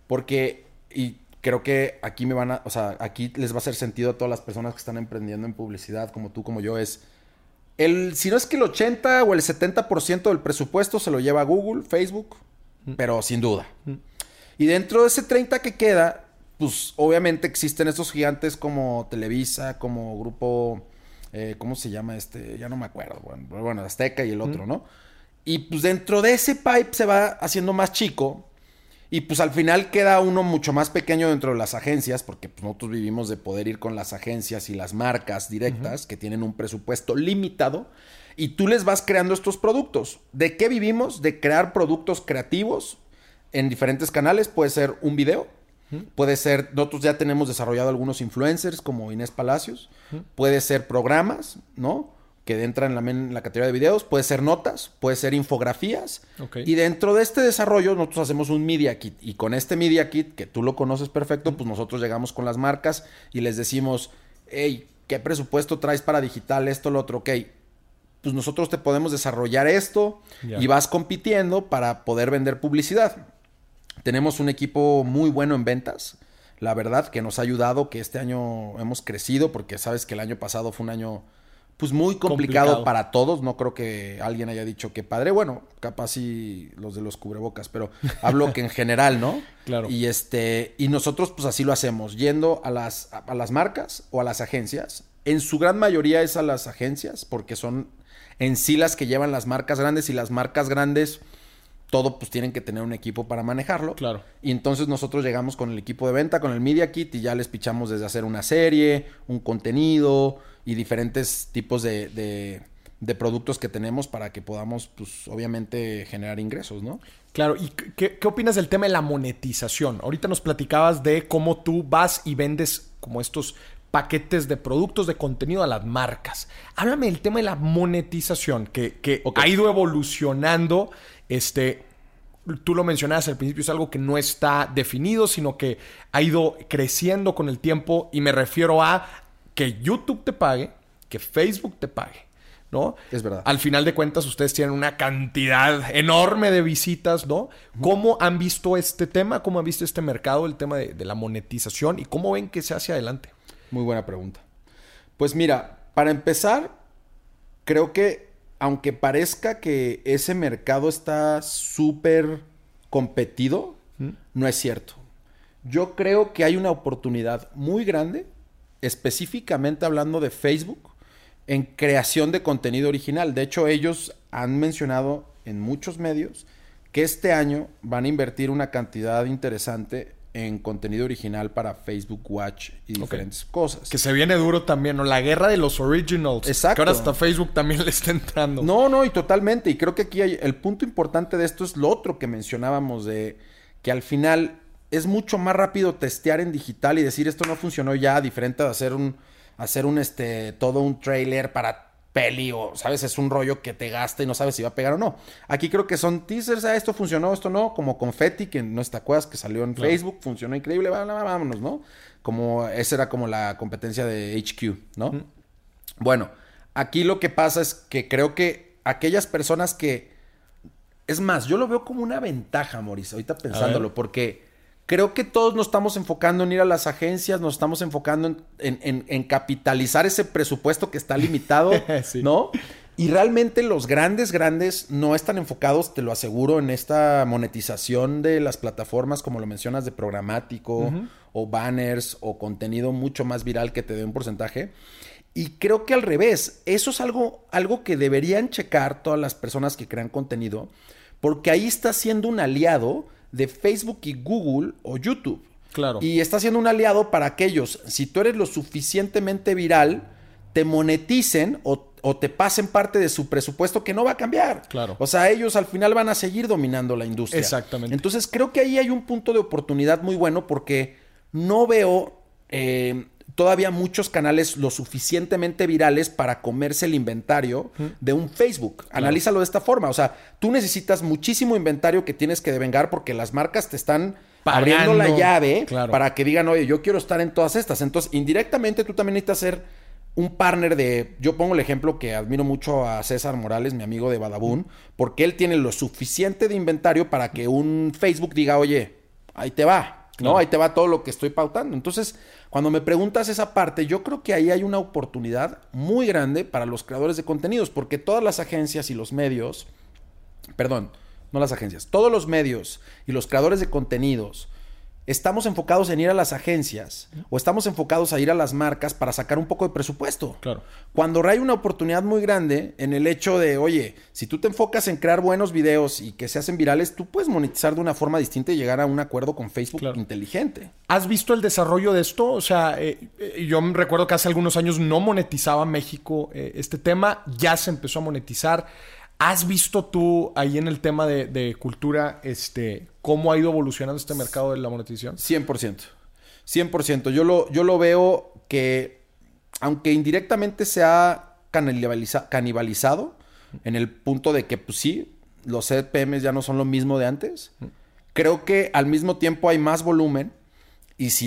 creo que aquí aquí les va a hacer sentido a todas las personas que están emprendiendo en publicidad, como tú, como yo, si no es que el 80 o el 70% del presupuesto se lo lleva Google, Facebook, pero sin duda. Y dentro de ese 30 que queda, pues obviamente existen estos gigantes como Televisa, como Grupo, ¿cómo se llama este? Ya no me acuerdo, bueno, Azteca y el otro, ¿no? Y pues dentro de ese pipe se va haciendo más chico. Y pues al final queda uno mucho más pequeño dentro de las agencias, porque pues, nosotros vivimos de poder ir con las agencias y las marcas directas que tienen un presupuesto limitado y tú les vas creando estos productos. ¿De qué vivimos? De crear productos creativos en diferentes canales. Puede ser un video, puede ser, nosotros ya tenemos desarrollado algunos influencers como Inés Palacios, puede ser programas, ¿no? Que entran en la categoría de videos, puede ser notas, puede ser infografías. Okay. Y dentro de este desarrollo nosotros hacemos un Media Kit. Y con este Media Kit, que tú lo conoces perfecto, pues nosotros llegamos con las marcas y les decimos, hey, ¿qué presupuesto traes para digital? Esto, lo otro, ok. Pues nosotros te podemos desarrollar esto y vas compitiendo para poder vender publicidad. Tenemos un equipo muy bueno en ventas. la verdad, que nos ha ayudado, que este año hemos crecido, porque sabes que el año pasado fue un año pues muy complicado para todos. No creo que alguien haya dicho que padre. Bueno, capaz sí los de los cubrebocas, pero hablo que en general, ¿no? Claro. Y nosotros pues así lo hacemos, yendo a las marcas o a las agencias. En su gran mayoría es a las agencias, porque son en sí las que llevan las marcas grandes, y las marcas grandes todo pues tienen que tener un equipo para manejarlo. Claro. Y entonces nosotros llegamos con el equipo de venta, con el Media Kit, y ya les pichamos desde hacer una serie, un contenido y diferentes tipos de productos que tenemos para que podamos, pues, obviamente generar ingresos, ¿no? Claro. ¿Y qué opinas del tema de la monetización? Ahorita nos platicabas de cómo tú vas y vendes como estos paquetes de productos de contenido a las marcas. Háblame del tema de la monetización que ha ido evolucionando. Tú lo mencionabas al principio, es algo que no está definido, sino que ha ido creciendo con el tiempo, y me refiero a que YouTube te pague, que Facebook te pague, ¿no? Es verdad. Al final de cuentas, ustedes tienen una cantidad enorme de visitas, ¿no? ¿Cómo han visto este tema? ¿Cómo han visto este mercado, el tema de la monetización? ¿Y cómo ven que se hace adelante? Muy buena pregunta. Pues mira, para empezar, creo que aunque parezca que ese mercado está súper competido, no es cierto. Yo creo que hay una oportunidad muy grande, específicamente hablando de Facebook, en creación de contenido original. De hecho, ellos han mencionado en muchos medios que este año van a invertir una cantidad interesante en contenido original para Facebook Watch y diferentes cosas. Que se viene duro también, ¿no? La guerra de los originals. Exacto. Que ahora hasta Facebook también le está entrando. No, y totalmente. Y creo que aquí el punto importante de esto es lo otro que mencionábamos, de que al final es mucho más rápido testear en digital y decir esto no funcionó ya, diferente de hacer todo un trailer para peli, o sabes, es un rollo que te gasta y no sabes si va a pegar o no. Aquí creo que son teasers, esto funcionó, esto no, como Confetti, que no te acuerdas, que salió en Facebook, funcionó increíble, vámonos, ¿no? Como esa era como la competencia de HQ, ¿no? Bueno, aquí lo que pasa es que creo que aquellas personas que... Es más, yo lo veo como una ventaja, Mauricio, ahorita pensándolo, porque creo que todos nos estamos enfocando en ir a las agencias, nos estamos enfocando en capitalizar ese presupuesto que está limitado, sí, ¿no? Y realmente los grandes no están enfocados, te lo aseguro, en esta monetización de las plataformas, como lo mencionas, de programático, o banners, o contenido mucho más viral que te dé un porcentaje. Y creo que al revés, eso es algo que deberían checar todas las personas que crean contenido, porque ahí está siendo un aliado de Facebook y Google o YouTube. Claro. Y está siendo un aliado para aquellos, si tú eres lo suficientemente viral, te moneticen o te pasen parte de su presupuesto, que no va a cambiar. Claro. O sea, ellos al final van a seguir dominando la industria. Exactamente. Entonces creo que ahí hay un punto de oportunidad muy bueno, porque no veo todavía muchos canales lo suficientemente virales para comerse el inventario de un Facebook. Claro. Analízalo de esta forma. O sea, tú necesitas muchísimo inventario que tienes que devengar, porque las marcas te están abriendo la llave, claro, para que digan, oye, yo quiero estar en todas estas. Entonces, indirectamente, tú también necesitas ser un partner de... Yo pongo el ejemplo que admiro mucho a César Morales, mi amigo de Badabun, porque él tiene lo suficiente de inventario para que un Facebook diga, oye, ahí te va, ¿no? Claro. Ahí te va todo lo que estoy pautando. Entonces, cuando me preguntas esa parte, yo creo que ahí hay una oportunidad muy grande para los creadores de contenidos, porque todas las agencias y los medios... Perdón, no las agencias. Todos los medios y los creadores de contenidos estamos enfocados en ir a las agencias o estamos enfocados a ir a las marcas para sacar un poco de presupuesto. Claro. Cuando hay una oportunidad muy grande en el hecho de, oye, si tú te enfocas en crear buenos videos y que se hacen virales, tú puedes monetizar de una forma distinta y llegar a un acuerdo con Facebook, claro, inteligente. ¿Has visto el desarrollo de esto? O sea, yo me recuerdo que hace algunos años no monetizaba México este tema, ya se empezó a monetizar. ¿Has visto tú ahí en el tema de cultura cómo ha ido evolucionando este mercado de la monetización? 100%. 100%. Yo lo veo que, aunque indirectamente se ha canibalizado, en el punto de que, pues sí, los CPMs ya no son lo mismo de antes, creo que al mismo tiempo hay más volumen. Y si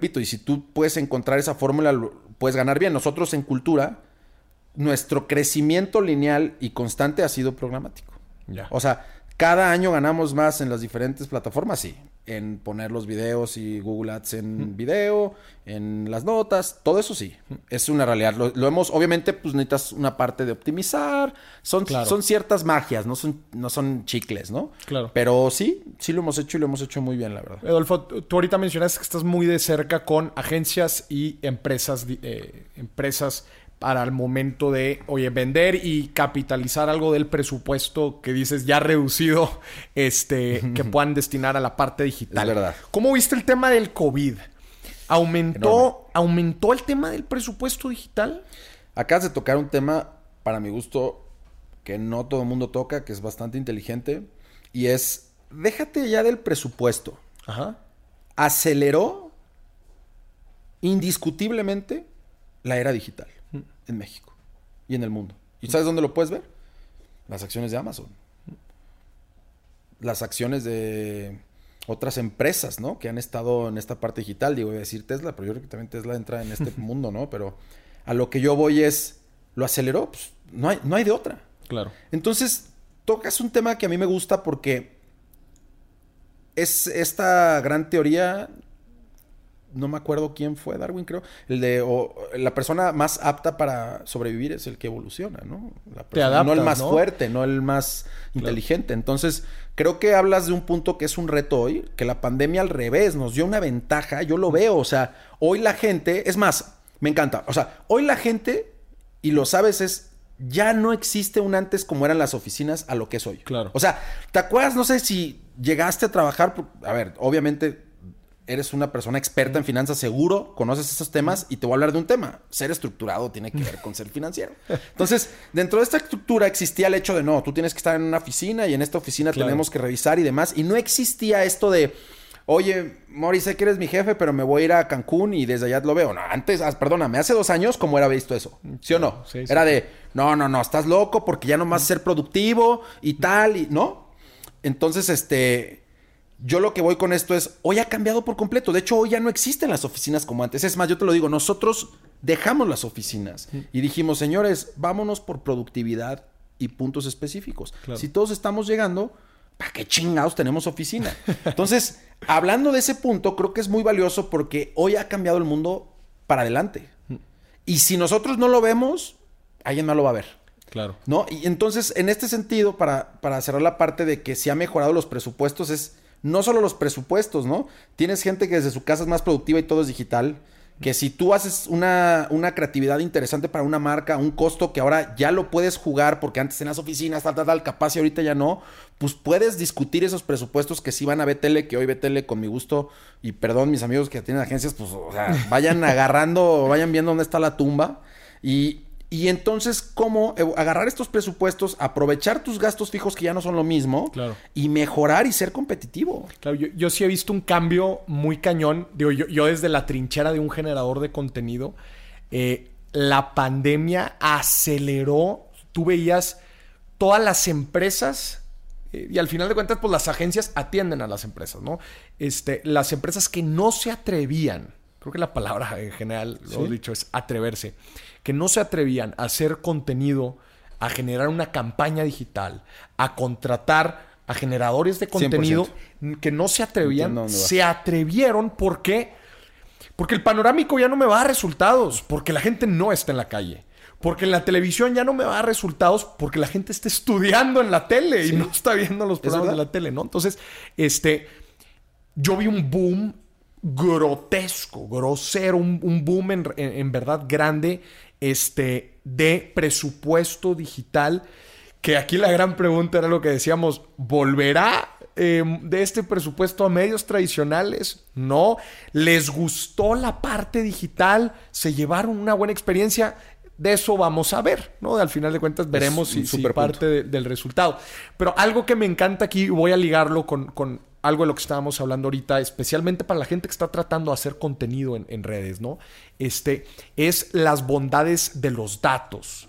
tú puedes encontrar esa fórmula, puedes ganar bien. Nosotros en cultura... Nuestro crecimiento lineal y constante ha sido programático. Ya. O sea, cada año ganamos más en las diferentes plataformas, sí. en poner los videos y Google Ads en video, en las notas, todo eso sí, es una realidad. Lo hemos, obviamente, pues necesitas una parte de optimizar, son ciertas magias, no son chicles, ¿no? Claro. Pero sí lo hemos hecho y lo hemos hecho muy bien, la verdad. Adolfo, tú ahorita mencionaste que estás muy de cerca con agencias y empresas para el momento de, vender y capitalizar algo del presupuesto que dices ya reducido, que puedan destinar a la parte digital. Es verdad. ¿Cómo viste el tema del COVID? ¿Aumentó el tema del presupuesto digital? Acabas de tocar un tema, para mi gusto, que no todo el mundo toca, que es bastante inteligente, y es, déjate ya del presupuesto. Ajá. Aceleró indiscutiblemente la era digital en México y en el mundo. ¿Y sabes dónde lo puedes ver? Las acciones de Amazon. Las acciones de otras empresas, ¿no? Que han estado en esta parte digital. Digo, voy a decir Tesla, pero yo creo que también Tesla entra en este mundo, ¿no? Pero a lo que yo voy es, ¿lo aceleró? Pues no hay de otra. Claro. Entonces, tocas un tema que a mí me gusta porque es esta gran teoría. No me acuerdo quién fue, Darwin, creo. La persona más apta para sobrevivir es el que evoluciona, ¿no? Te adaptas, no el más fuerte, no el más inteligente. Entonces, creo que hablas de un punto que es un reto hoy, que la pandemia al revés nos dio una ventaja. Yo lo veo, o sea, hoy la gente, es más, me encanta. O sea, hoy la gente, y lo sabes, ya no existe un antes como eran las oficinas a lo que es hoy. Claro. O sea, ¿te acuerdas? No sé si llegaste a trabajar, a ver, obviamente eres una persona experta en finanzas, seguro, conoces esos temas y te voy a hablar de un tema. Ser estructurado tiene que ver con ser financiero. Entonces, dentro de esta estructura existía el hecho de no, tú tienes que estar en una oficina y en esta oficina tenemos que revisar y demás. Y no existía esto de, oye, Mori, sé que eres mi jefe, pero me voy a ir a Cancún y desde allá lo veo. No, antes, perdóname, hace 2 años, ¿cómo era visto eso? ¿Sí o no? Sí, era de, no, estás loco porque ya no vas a ser productivo y tal, y ¿no? Entonces, yo lo que voy con esto es, hoy ha cambiado por completo. De hecho, hoy ya no existen las oficinas como antes. Es más, yo te lo digo, nosotros dejamos las oficinas y dijimos, señores, vámonos por productividad y puntos específicos. Claro. Si todos estamos llegando, ¿para qué chingados tenemos oficina? Entonces, hablando de ese punto, creo que es muy valioso porque hoy ha cambiado el mundo para adelante. Y si nosotros no lo vemos, alguien más lo va a ver. Claro. ¿No? Y entonces, en este sentido, para cerrar la parte de que si ha mejorado los presupuestos, es no solo los presupuestos, ¿no? Tienes gente que desde su casa es más productiva y todo es digital. Que si tú haces una creatividad interesante para una marca, un costo que ahora ya lo puedes jugar porque antes en las oficinas, capaz y ahorita ya no, pues puedes discutir esos presupuestos que sí van a BTL, que hoy BTL con mi gusto, y perdón mis amigos que tienen agencias, pues o sea, vayan agarrando, vayan viendo dónde está la tumba. Y entonces, ¿cómo agarrar estos presupuestos, aprovechar tus gastos fijos que ya no son lo mismo, claro, y mejorar y ser competitivo? Claro, yo sí he visto un cambio muy cañón. Digo, yo desde la trinchera de un generador de contenido, la pandemia aceleró. Tú veías todas las empresas, y al final de cuentas, pues las agencias atienden a las empresas, ¿no? Las empresas que no se atrevían, creo que la palabra en general, lo he dicho, es atreverse, que no se atrevían a hacer contenido, a generar una campaña digital, a contratar a generadores de contenido 100%. Que no se atrevían, se atrevieron. ¿Por qué? Porque el panorámico ya no me va a dar resultados, porque la gente no está en la calle. Porque en la televisión ya no me va a dar resultados, porque la gente está estudiando en la tele y no está viendo los programas de la tele, ¿no? Entonces, yo vi un boom grotesco, grosero, un boom en verdad grande, de presupuesto digital, que aquí la gran pregunta era lo que decíamos, ¿volverá de este presupuesto a medios tradicionales? No. ¿Les gustó la parte digital? ¿Se llevaron una buena experiencia? De eso vamos a ver, ¿no? Al final de cuentas veremos si parte del resultado. Pero algo que me encanta aquí, voy a ligarlo con algo de lo que estábamos hablando ahorita, especialmente para la gente que está tratando de hacer contenido en redes, ¿no? Es las bondades de los datos.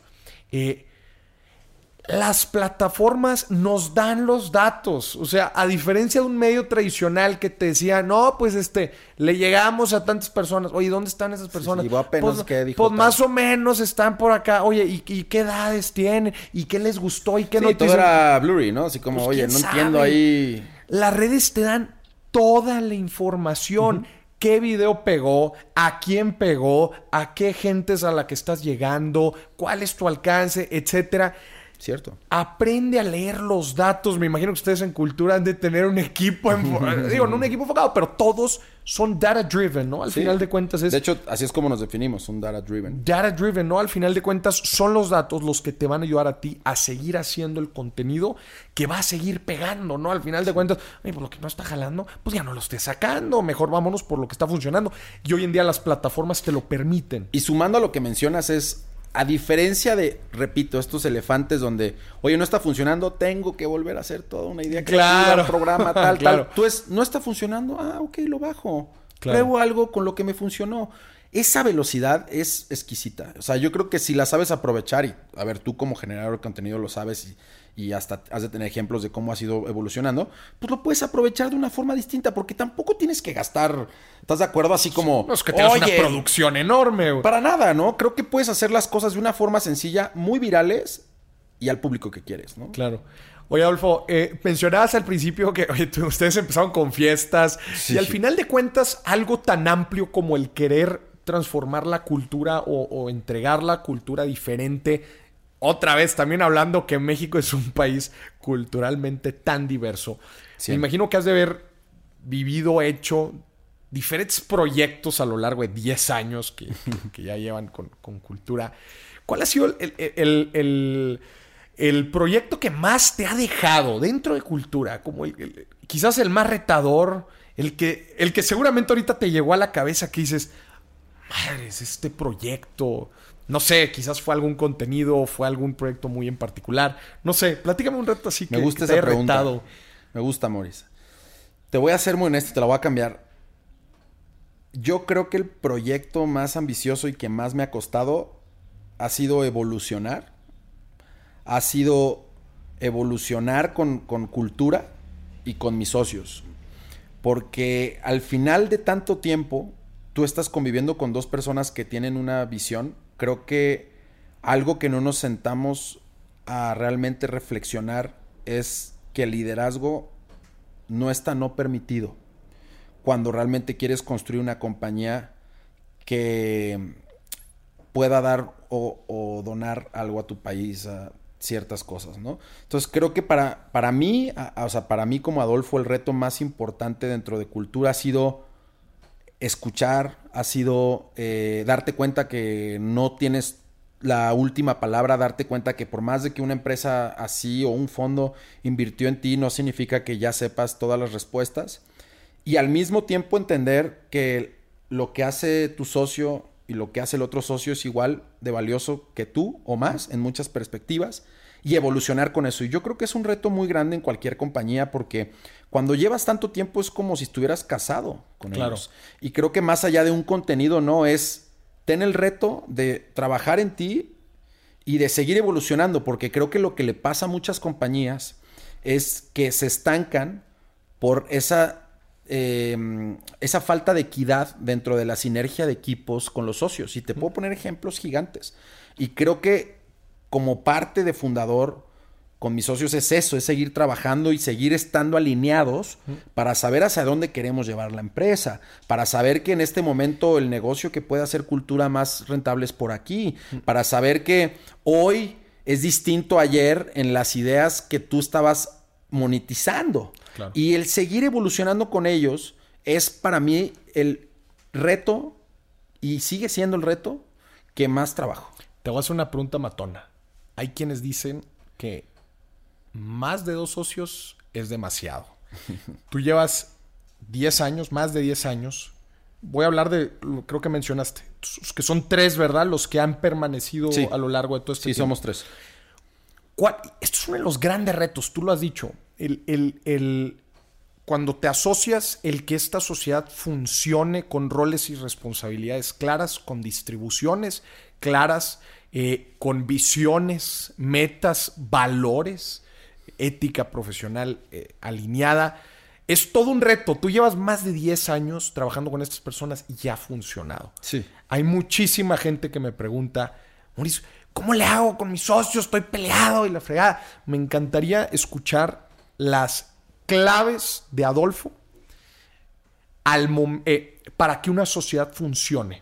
Las plataformas nos dan los datos. O sea, a diferencia de un medio tradicional que te decía, no, pues le llegamos a tantas personas. Oye, ¿dónde están esas personas? Sí, apenas pues más o menos están por acá. Oye, ¿y qué edades tienen? ¿Y qué les gustó? ¿Y qué no? Todo era blurry, ¿no? Así como, pues, oye, no entiendo ahí. Las redes te dan toda la información. ¿Qué video pegó? ¿A quién pegó? ¿A qué gente es a la que estás llegando? ¿Cuál es tu alcance? Etcétera. Cierto. Aprende a leer los datos. Me imagino que ustedes en cultura han de tener un equipo, digo, no un equipo enfocado, pero todos son data driven, ¿no? Al final de cuentas es... De hecho, así es como nos definimos, un data driven. Data driven, ¿no? Al final de cuentas son los datos los que te van a ayudar a ti a seguir haciendo el contenido que va a seguir pegando, ¿no? Al final de cuentas, pues lo que no está jalando, pues ya no lo estés sacando. Mejor vámonos por lo que está funcionando. Y hoy en día las plataformas te lo permiten. Y sumando a lo que mencionas es... A diferencia de, repito, estos elefantes donde, oye, no está funcionando, tengo que volver a hacer toda una idea creativa, programa, tal, tal. Tú no está funcionando, ok, lo bajo. Pruebo algo con lo que me funcionó. Esa velocidad es exquisita. O sea, yo creo que si la sabes aprovechar y, a ver, tú como generador de contenido lo sabes y hasta has de tener ejemplos de cómo has ido evolucionando, pues lo puedes aprovechar de una forma distinta porque tampoco tienes que gastar, ¿estás de acuerdo? Así como... No es que tengas una producción enorme, güey. Para nada, ¿no? Creo que puedes hacer las cosas de una forma sencilla, muy virales y al público que quieres, ¿no? Claro. Oye, Adolfo, mencionabas al principio que ustedes empezaron con fiestas y al final de cuentas algo tan amplio como el querer transformar la cultura o entregar la cultura diferente. Otra vez, también hablando que México es un país culturalmente tan diverso. Sí. Me imagino que has de haber vivido, hecho diferentes proyectos a lo largo de 10 años que ya llevan con cultura. ¿Cuál ha sido el proyecto que más te ha dejado dentro de cultura? Como quizás el más retador, el que seguramente ahorita te llegó a la cabeza que dices, madres, este proyecto... No sé, quizás fue algún contenido, fue algún proyecto muy en particular. No sé, platícame un reto así Me gusta esa pregunta. Retado. Me gusta, Maurice. Te voy a ser muy honesto, te la voy a cambiar. Yo creo que el proyecto más ambicioso y que más me ha costado ha sido evolucionar. Ha sido evolucionar con cultura y con mis socios. Porque al final de tanto tiempo, tú estás conviviendo con dos personas que tienen una visión. Creo que algo que no nos sentamos a realmente reflexionar es que el liderazgo no está no permitido cuando realmente quieres construir una compañía que pueda dar o donar algo a tu país, a ciertas cosas, ¿no? Entonces creo que para mí, o sea, para mí como Adolfo, el reto más importante dentro de cultura ha sido escuchar, ha sido darte cuenta que no tienes la última palabra, darte cuenta que por más de que una empresa así o un fondo invirtió en ti, no significa que ya sepas todas las respuestas. Y al mismo tiempo entender que lo que hace tu socio y lo que hace el otro socio es igual de valioso que tú o más en muchas perspectivas y evolucionar con eso. Y yo creo que es un reto muy grande en cualquier compañía porque cuando llevas tanto tiempo es como si estuvieras casado con ellos. Y creo que más allá de un contenido, no es ten el reto de trabajar en ti y de seguir evolucionando, porque creo que lo que le pasa a muchas compañías es que se estancan por esa falta de equidad dentro de la sinergia de equipos con los socios. Y te puedo poner ejemplos gigantes. Y creo que como parte de fundador con mis socios es eso, es seguir trabajando y seguir estando alineados para saber hacia dónde queremos llevar la empresa, para saber que en este momento el negocio que puede hacer cultura más rentable es por aquí, para saber que hoy es distinto a ayer en las ideas que tú estabas monetizando. Claro. Y el seguir evolucionando con ellos es para mí el reto, y sigue siendo el reto, que más trabajo. Te voy a hacer una pregunta matona. Hay quienes dicen que más de 2 socios es demasiado. Tú llevas 10 años, más de 10 años. Voy a hablar de, creo que mencionaste, que son 3, ¿verdad? Los que han permanecido a lo largo de todo este tiempo. Sí, somos 3. Esto es uno de los grandes retos, tú lo has dicho. Cuando te asocias, el que esta sociedad funcione con roles y responsabilidades claras, con distribuciones claras, con visiones, metas, valores, ética profesional alineada. Es todo un reto. Tú llevas más de 10 años trabajando con estas personas y ya ha funcionado. Sí. Hay muchísima gente que me pregunta, Mauricio, ¿cómo le hago con mis socios? Estoy peleado y la fregada. Me encantaría escuchar las claves de Adolfo para que una sociedad funcione?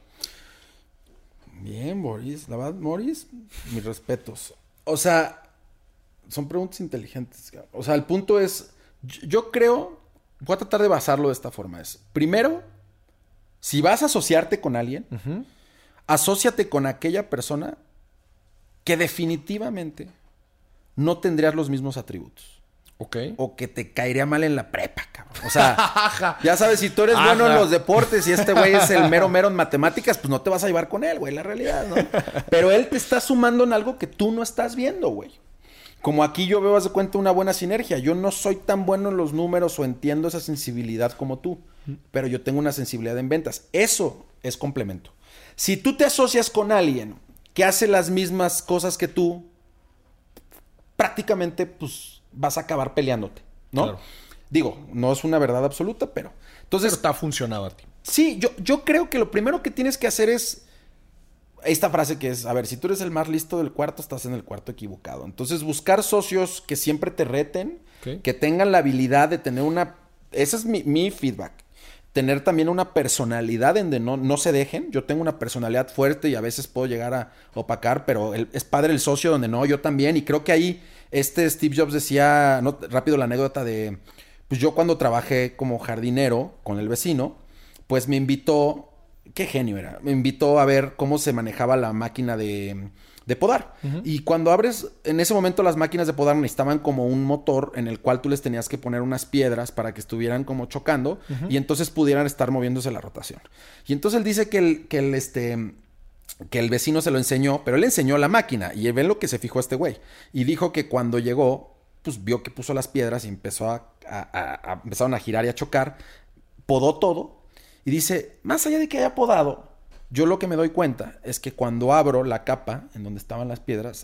Bien, Boris. La verdad, Boris, mis respetos. O sea, son preguntas inteligentes. O sea, el punto es, yo creo, voy a tratar de basarlo de esta forma. Es, primero, si vas a asociarte con alguien, asóciate con aquella persona que definitivamente no tendrías los mismos atributos. Ok. O que te caería mal en la prepa, cabrón. O sea, ya sabes, si tú eres bueno en los deportes y este güey es el mero en matemáticas, pues no te vas a llevar con él, güey, la realidad, ¿no? Pero él te está sumando en algo que tú no estás viendo, güey. Como aquí yo veo, haz de cuenta, una buena sinergia. Yo no soy tan bueno en los números o entiendo esa sensibilidad como tú, pero yo tengo una sensibilidad en ventas. Eso es complemento. Si tú te asocias con alguien que hace las mismas cosas que tú, prácticamente, pues, vas a acabar peleándote, ¿no? Claro. Digo, no es una verdad absoluta, pero... Entonces, pero te ha funcionado a ti. Sí, yo creo que lo primero que tienes que hacer es... Esta frase que es, a ver, si tú eres el más listo del cuarto, estás en el cuarto equivocado. Entonces, buscar socios que siempre te reten, que tengan la habilidad de tener una... Ese es mi feedback. Tener también una personalidad en donde no se dejen. Yo tengo una personalidad fuerte y a veces puedo llegar a opacar, pero es padre el socio donde no, yo también. Y creo que ahí Steve Jobs decía, no, rápido la anécdota de, pues yo cuando trabajé como jardinero con el vecino, pues me invitó, qué genio era, me invitó a ver cómo se manejaba la máquina de podar. Y cuando abres, en ese momento las máquinas de podar necesitaban como un motor en el cual tú les tenías que poner unas piedras para que estuvieran como chocando y entonces pudieran estar moviéndose la rotación. Y entonces él dice que el vecino se lo enseñó, pero él enseñó la máquina y ven lo que se fijó este güey. Y dijo que cuando llegó, pues vio que puso las piedras y empezaron a girar y a chocar, podó todo y dice, más allá de que haya podado, yo lo que me doy cuenta es que cuando abro la capa en donde estaban las piedras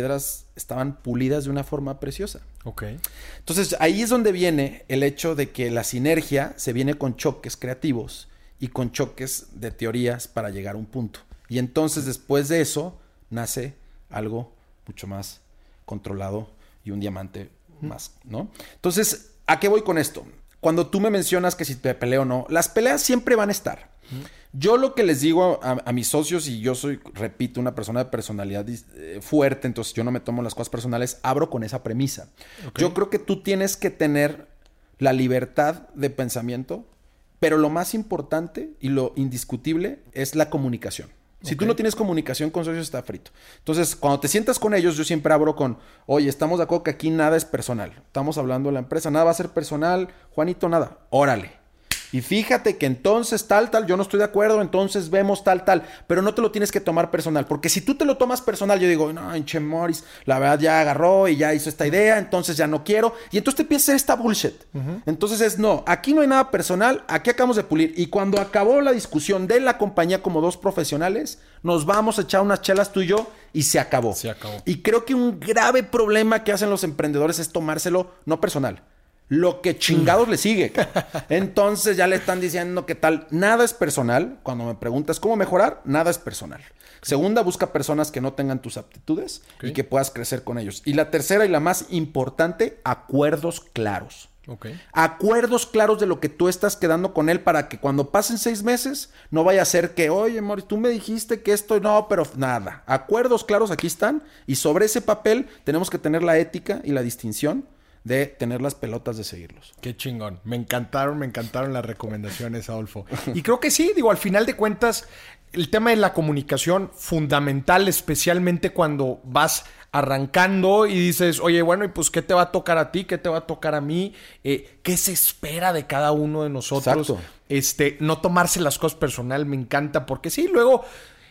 estaban pulidas de una forma preciosa. Ok. Entonces, ahí es donde viene el hecho de que la sinergia se viene con choques creativos y con choques de teorías para llegar a un punto. Y entonces, después de eso, nace algo mucho más controlado y un diamante más, ¿no? Entonces, ¿a qué voy con esto? Cuando tú me mencionas que si te peleo o no, las peleas siempre van a estar. Yo lo que les digo a mis socios, y yo soy, repito, una persona de personalidad fuerte, entonces yo no me tomo las cosas personales, abro con esa premisa. Okay. Yo creo que tú tienes que tener la libertad de pensamiento, pero lo más importante y lo indiscutible es la comunicación. Si tú no tienes comunicación con socios, está frito. Entonces, cuando te sientas con ellos, yo siempre abro con, oye, estamos de acuerdo que aquí nada es personal. Estamos hablando de la empresa, nada va a ser personal. Juanito, nada. Órale. Y fíjate que entonces tal, yo no estoy de acuerdo, entonces vemos tal. Pero no te lo tienes que tomar personal. Porque si tú te lo tomas personal, yo digo, no, Enche Morris, la verdad ya agarró y ya hizo esta idea, entonces ya no quiero. Y entonces te empieza a hacer esta bullshit. Entonces no, aquí no hay nada personal, aquí acabamos de pulir. Y cuando acabó la discusión de la compañía como dos profesionales, nos vamos a echar unas chelas tú y yo y se acabó. Se acabó. Y creo que un grave problema que hacen los emprendedores es tomárselo no personal. Lo que chingados le sigue. Entonces ya le están diciendo que tal. Nada es personal. Cuando me preguntas cómo mejorar, nada es personal. Segunda, busca personas que no tengan tus aptitudes y que puedas crecer con ellos. Y la tercera y la más importante, acuerdos claros. Acuerdos claros de lo que tú estás quedando con él para que cuando pasen 6 meses no vaya a ser que, oye, Morris, tú me dijiste que esto no, pero nada. Acuerdos claros aquí están y sobre ese papel tenemos que tener la ética y la distinción de tener las pelotas de seguirlos. Qué chingón. Me encantaron las recomendaciones, Adolfo. Y creo que sí, digo, al final de cuentas, el tema de la comunicación fundamental, especialmente cuando vas arrancando y dices, oye, bueno, y pues, ¿qué te va a tocar a ti? ¿Qué te va a tocar a mí? ¿Qué se espera de cada uno de nosotros? Exacto. No tomarse las cosas personal, me encanta, porque sí, luego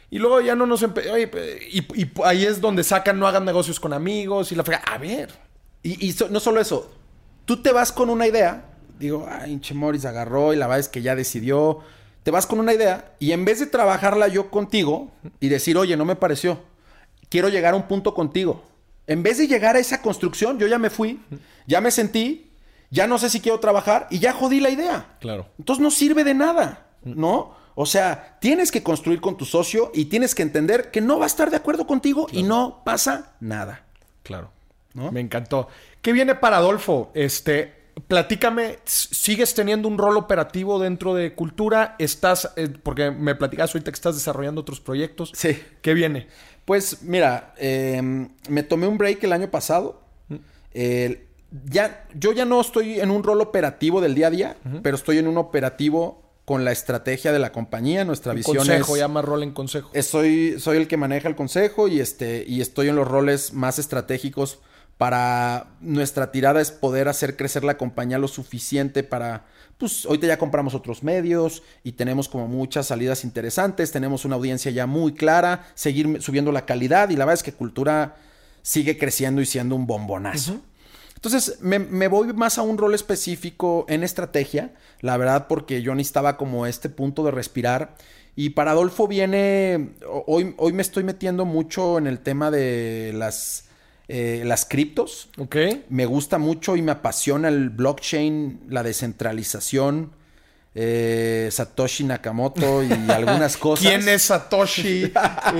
ya no nos... y ahí es donde sacan, no hagan negocios con amigos y la frega. A ver... Y no solo eso, tú te vas con una idea, digo, Enche Morris agarró y la verdad es que ya decidió, te vas con una idea y en vez de trabajarla yo contigo y decir, oye, no me pareció, quiero llegar a un punto contigo. En vez de llegar a esa construcción, yo ya me fui, ya me sentí, ya no sé si quiero trabajar y ya jodí la idea. Claro. Entonces no sirve de nada, ¿no? O sea, tienes que construir con tu socio y tienes que entender que no va a estar de acuerdo contigo y no pasa nada. Claro. ¿No? Me encantó. ¿Qué viene para Adolfo? Platícame, ¿sigues teniendo un rol operativo dentro de Cultura? ¿Estás, porque me platicas ahorita que estás desarrollando otros proyectos? Sí. ¿Qué viene? Pues mira, me tomé un break el año pasado. Yo ya no estoy en un rol operativo del día a día, pero estoy en un operativo con la estrategia de la compañía. Nuestra visión consejo, ya más rol en consejo. Soy el que maneja el consejo y estoy en los roles más estratégicos para nuestra tirada es poder hacer crecer la compañía lo suficiente para, pues ahorita ya compramos otros medios y tenemos como muchas salidas interesantes, tenemos una audiencia ya muy clara, seguir subiendo la calidad y la verdad es que Cultura sigue creciendo y siendo un bombonazo. Entonces me voy más a un rol específico en estrategia, la verdad porque yo necesitaba como este punto de respirar y para Adolfo viene, hoy me estoy metiendo mucho en el tema de las criptos. Ok. Me gusta mucho y me apasiona el blockchain, la descentralización, Satoshi Nakamoto y algunas cosas. ¿Quién es Satoshi?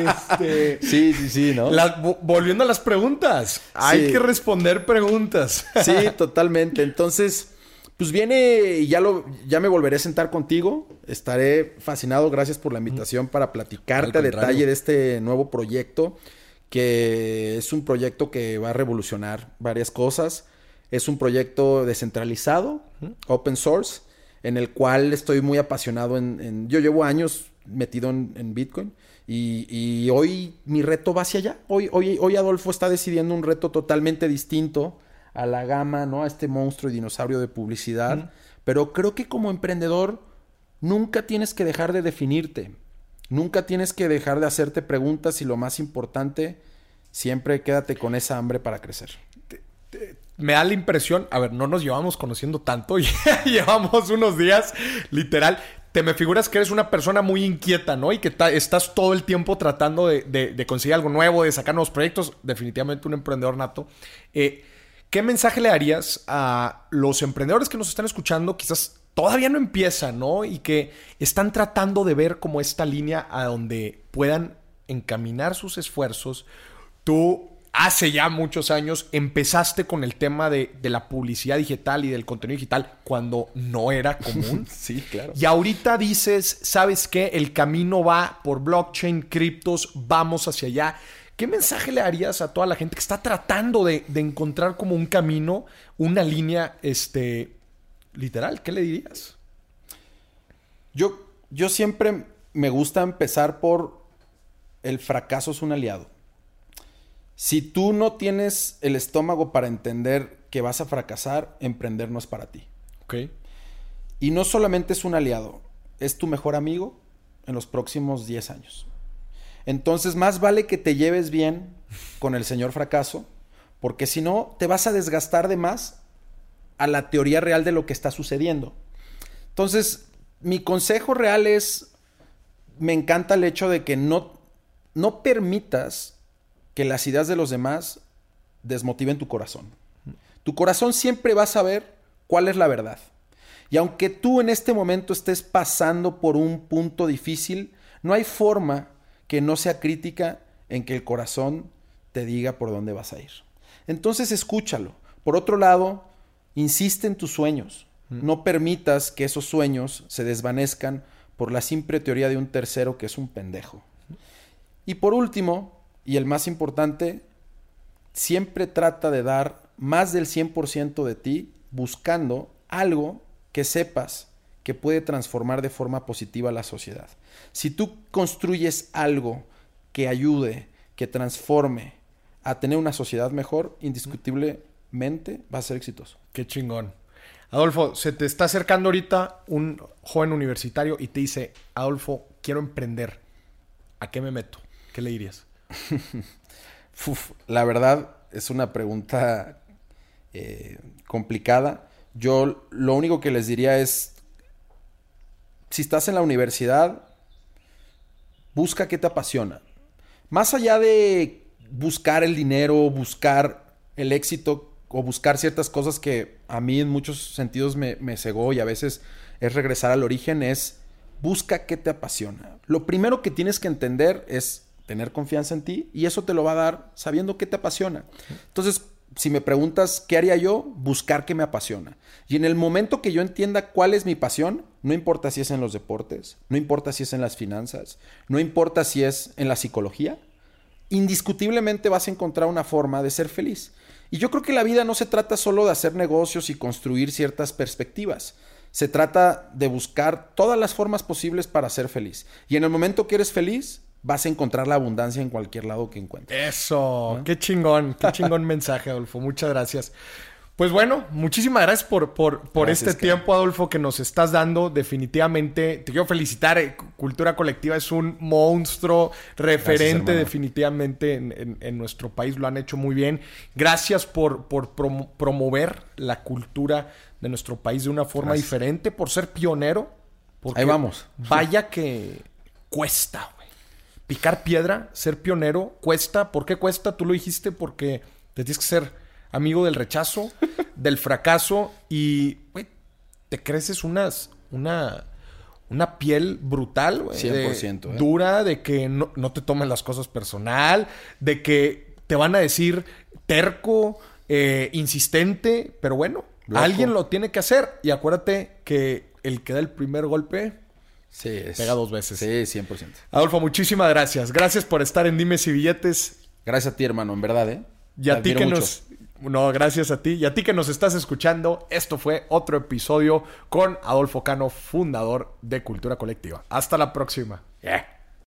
Sí, ¿no? Volviendo a las preguntas. Hay que responder preguntas. Sí, totalmente. Entonces, pues viene y ya me volveré a sentar contigo. Estaré fascinado. Gracias por la invitación para platicarte a detalle de este nuevo proyecto, que es un proyecto que va a revolucionar varias cosas. Es un proyecto descentralizado, open source, en el cual estoy muy apasionado yo llevo años metido en Bitcoin y hoy mi reto va hacia allá. Hoy Adolfo está decidiendo un reto totalmente distinto a la gama, ¿no? A este monstruo y dinosaurio de publicidad. Pero creo que como emprendedor nunca tienes que dejar de definirte. Nunca tienes que dejar de hacerte preguntas y lo más importante, siempre quédate con esa hambre para crecer. Me da la impresión, a ver, no nos llevamos conociendo tanto, llevamos unos días, literal. Te me figuras que eres una persona muy inquieta, ¿no? Y que estás todo el tiempo tratando de conseguir algo nuevo, de sacar nuevos proyectos. Definitivamente un emprendedor nato. ¿Qué mensaje le darías a los emprendedores que nos están escuchando? Quizás todavía no empiezan, ¿no? Y que están tratando de ver como esta línea a donde puedan encaminar sus esfuerzos. Tú hace ya muchos años empezaste con el tema de la publicidad digital y del contenido digital cuando no era común. Sí, claro. Y ahorita dices, ¿sabes qué? El camino va por blockchain, criptos, vamos hacia allá. ¿Qué mensaje le darías a toda la gente que está tratando de encontrar como un camino, una línea, literal? ¿Qué le dirías? Yo siempre me gusta empezar por el fracaso es un aliado. Si tú no tienes el estómago para entender que vas a fracasar, emprender no es para ti. Ok. Y no solamente es un aliado, es tu mejor amigo en los próximos 10 años. Entonces, más vale que te lleves bien con el señor fracaso, porque si no, te vas a desgastar de más a la teoría real de lo que está sucediendo. Entonces, mi consejo real es, me encanta el hecho de que no permitas que las ideas de los demás desmotiven tu corazón. Tu corazón siempre va a saber cuál es la verdad. Y aunque tú en este momento estés pasando por un punto difícil, no hay forma que no sea crítica en que el corazón te diga por dónde vas a ir. Entonces escúchalo. Por otro lado, insiste en tus sueños. No permitas que esos sueños se desvanezcan por la simple teoría de un tercero que es un pendejo. Y por último, y el más importante, siempre trata de dar más del 100% de ti buscando algo que sepas que puede transformar de forma positiva a la sociedad. Si tú construyes algo que ayude, que transforme a tener una sociedad mejor, indiscutiblemente va a ser exitoso. Qué chingón. Adolfo, se te está acercando ahorita un joven universitario y te dice, Adolfo, quiero emprender. ¿A qué me meto? ¿Qué le dirías? La verdad es una pregunta complicada. Yo lo único que les diría es, si estás en la universidad, busca qué te apasiona. Más allá de buscar el dinero, buscar el éxito o buscar ciertas cosas que a mí en muchos sentidos me cegó y a veces es regresar al origen, es busca qué te apasiona. Lo primero que tienes que entender es tener confianza en ti y eso te lo va a dar sabiendo qué te apasiona. Entonces, si me preguntas qué haría yo, buscar qué me apasiona. Y en el momento que yo entienda cuál es mi pasión, no importa si es en los deportes, no importa si es en las finanzas, no importa si es en la psicología, indiscutiblemente vas a encontrar una forma de ser feliz. Y yo creo que la vida no se trata solo de hacer negocios y construir ciertas perspectivas. Se trata de buscar todas las formas posibles para ser feliz. Y en el momento que eres feliz, vas a encontrar la abundancia en cualquier lado que encuentres. Eso, ¿no? Qué chingón mensaje, Adolfo. Muchas gracias. Pues bueno, muchísimas gracias por este tiempo, Adolfo, que nos estás dando. Definitivamente, te quiero felicitar. Cultura Colectiva es un monstruo referente, definitivamente en nuestro país. Lo han hecho muy bien. Gracias por promover la cultura de nuestro país de una forma diferente, por ser pionero. Ahí vamos. Vaya que cuesta, güey. Picar piedra, ser pionero, cuesta. ¿Por qué cuesta? Tú lo dijiste, porque te tienes que ser amigo del rechazo, del fracaso y, güey, te creces una piel brutal, güey. 100%. Dura, de que no te tomes las cosas personal, de que te van a decir terco, insistente, pero bueno, alguien lo tiene que hacer. Y acuérdate que el que da el primer golpe pega 2 veces. Sí, 100%. Adolfo, muchísimas gracias. Gracias por estar en Dimes y Billetes. Gracias a ti, hermano, en verdad, ¿eh? Y a ti que gracias a ti. Y a ti que nos estás escuchando, esto fue otro episodio con Adolfo Cano, fundador de Cultura Colectiva. Hasta la próxima. Yeah.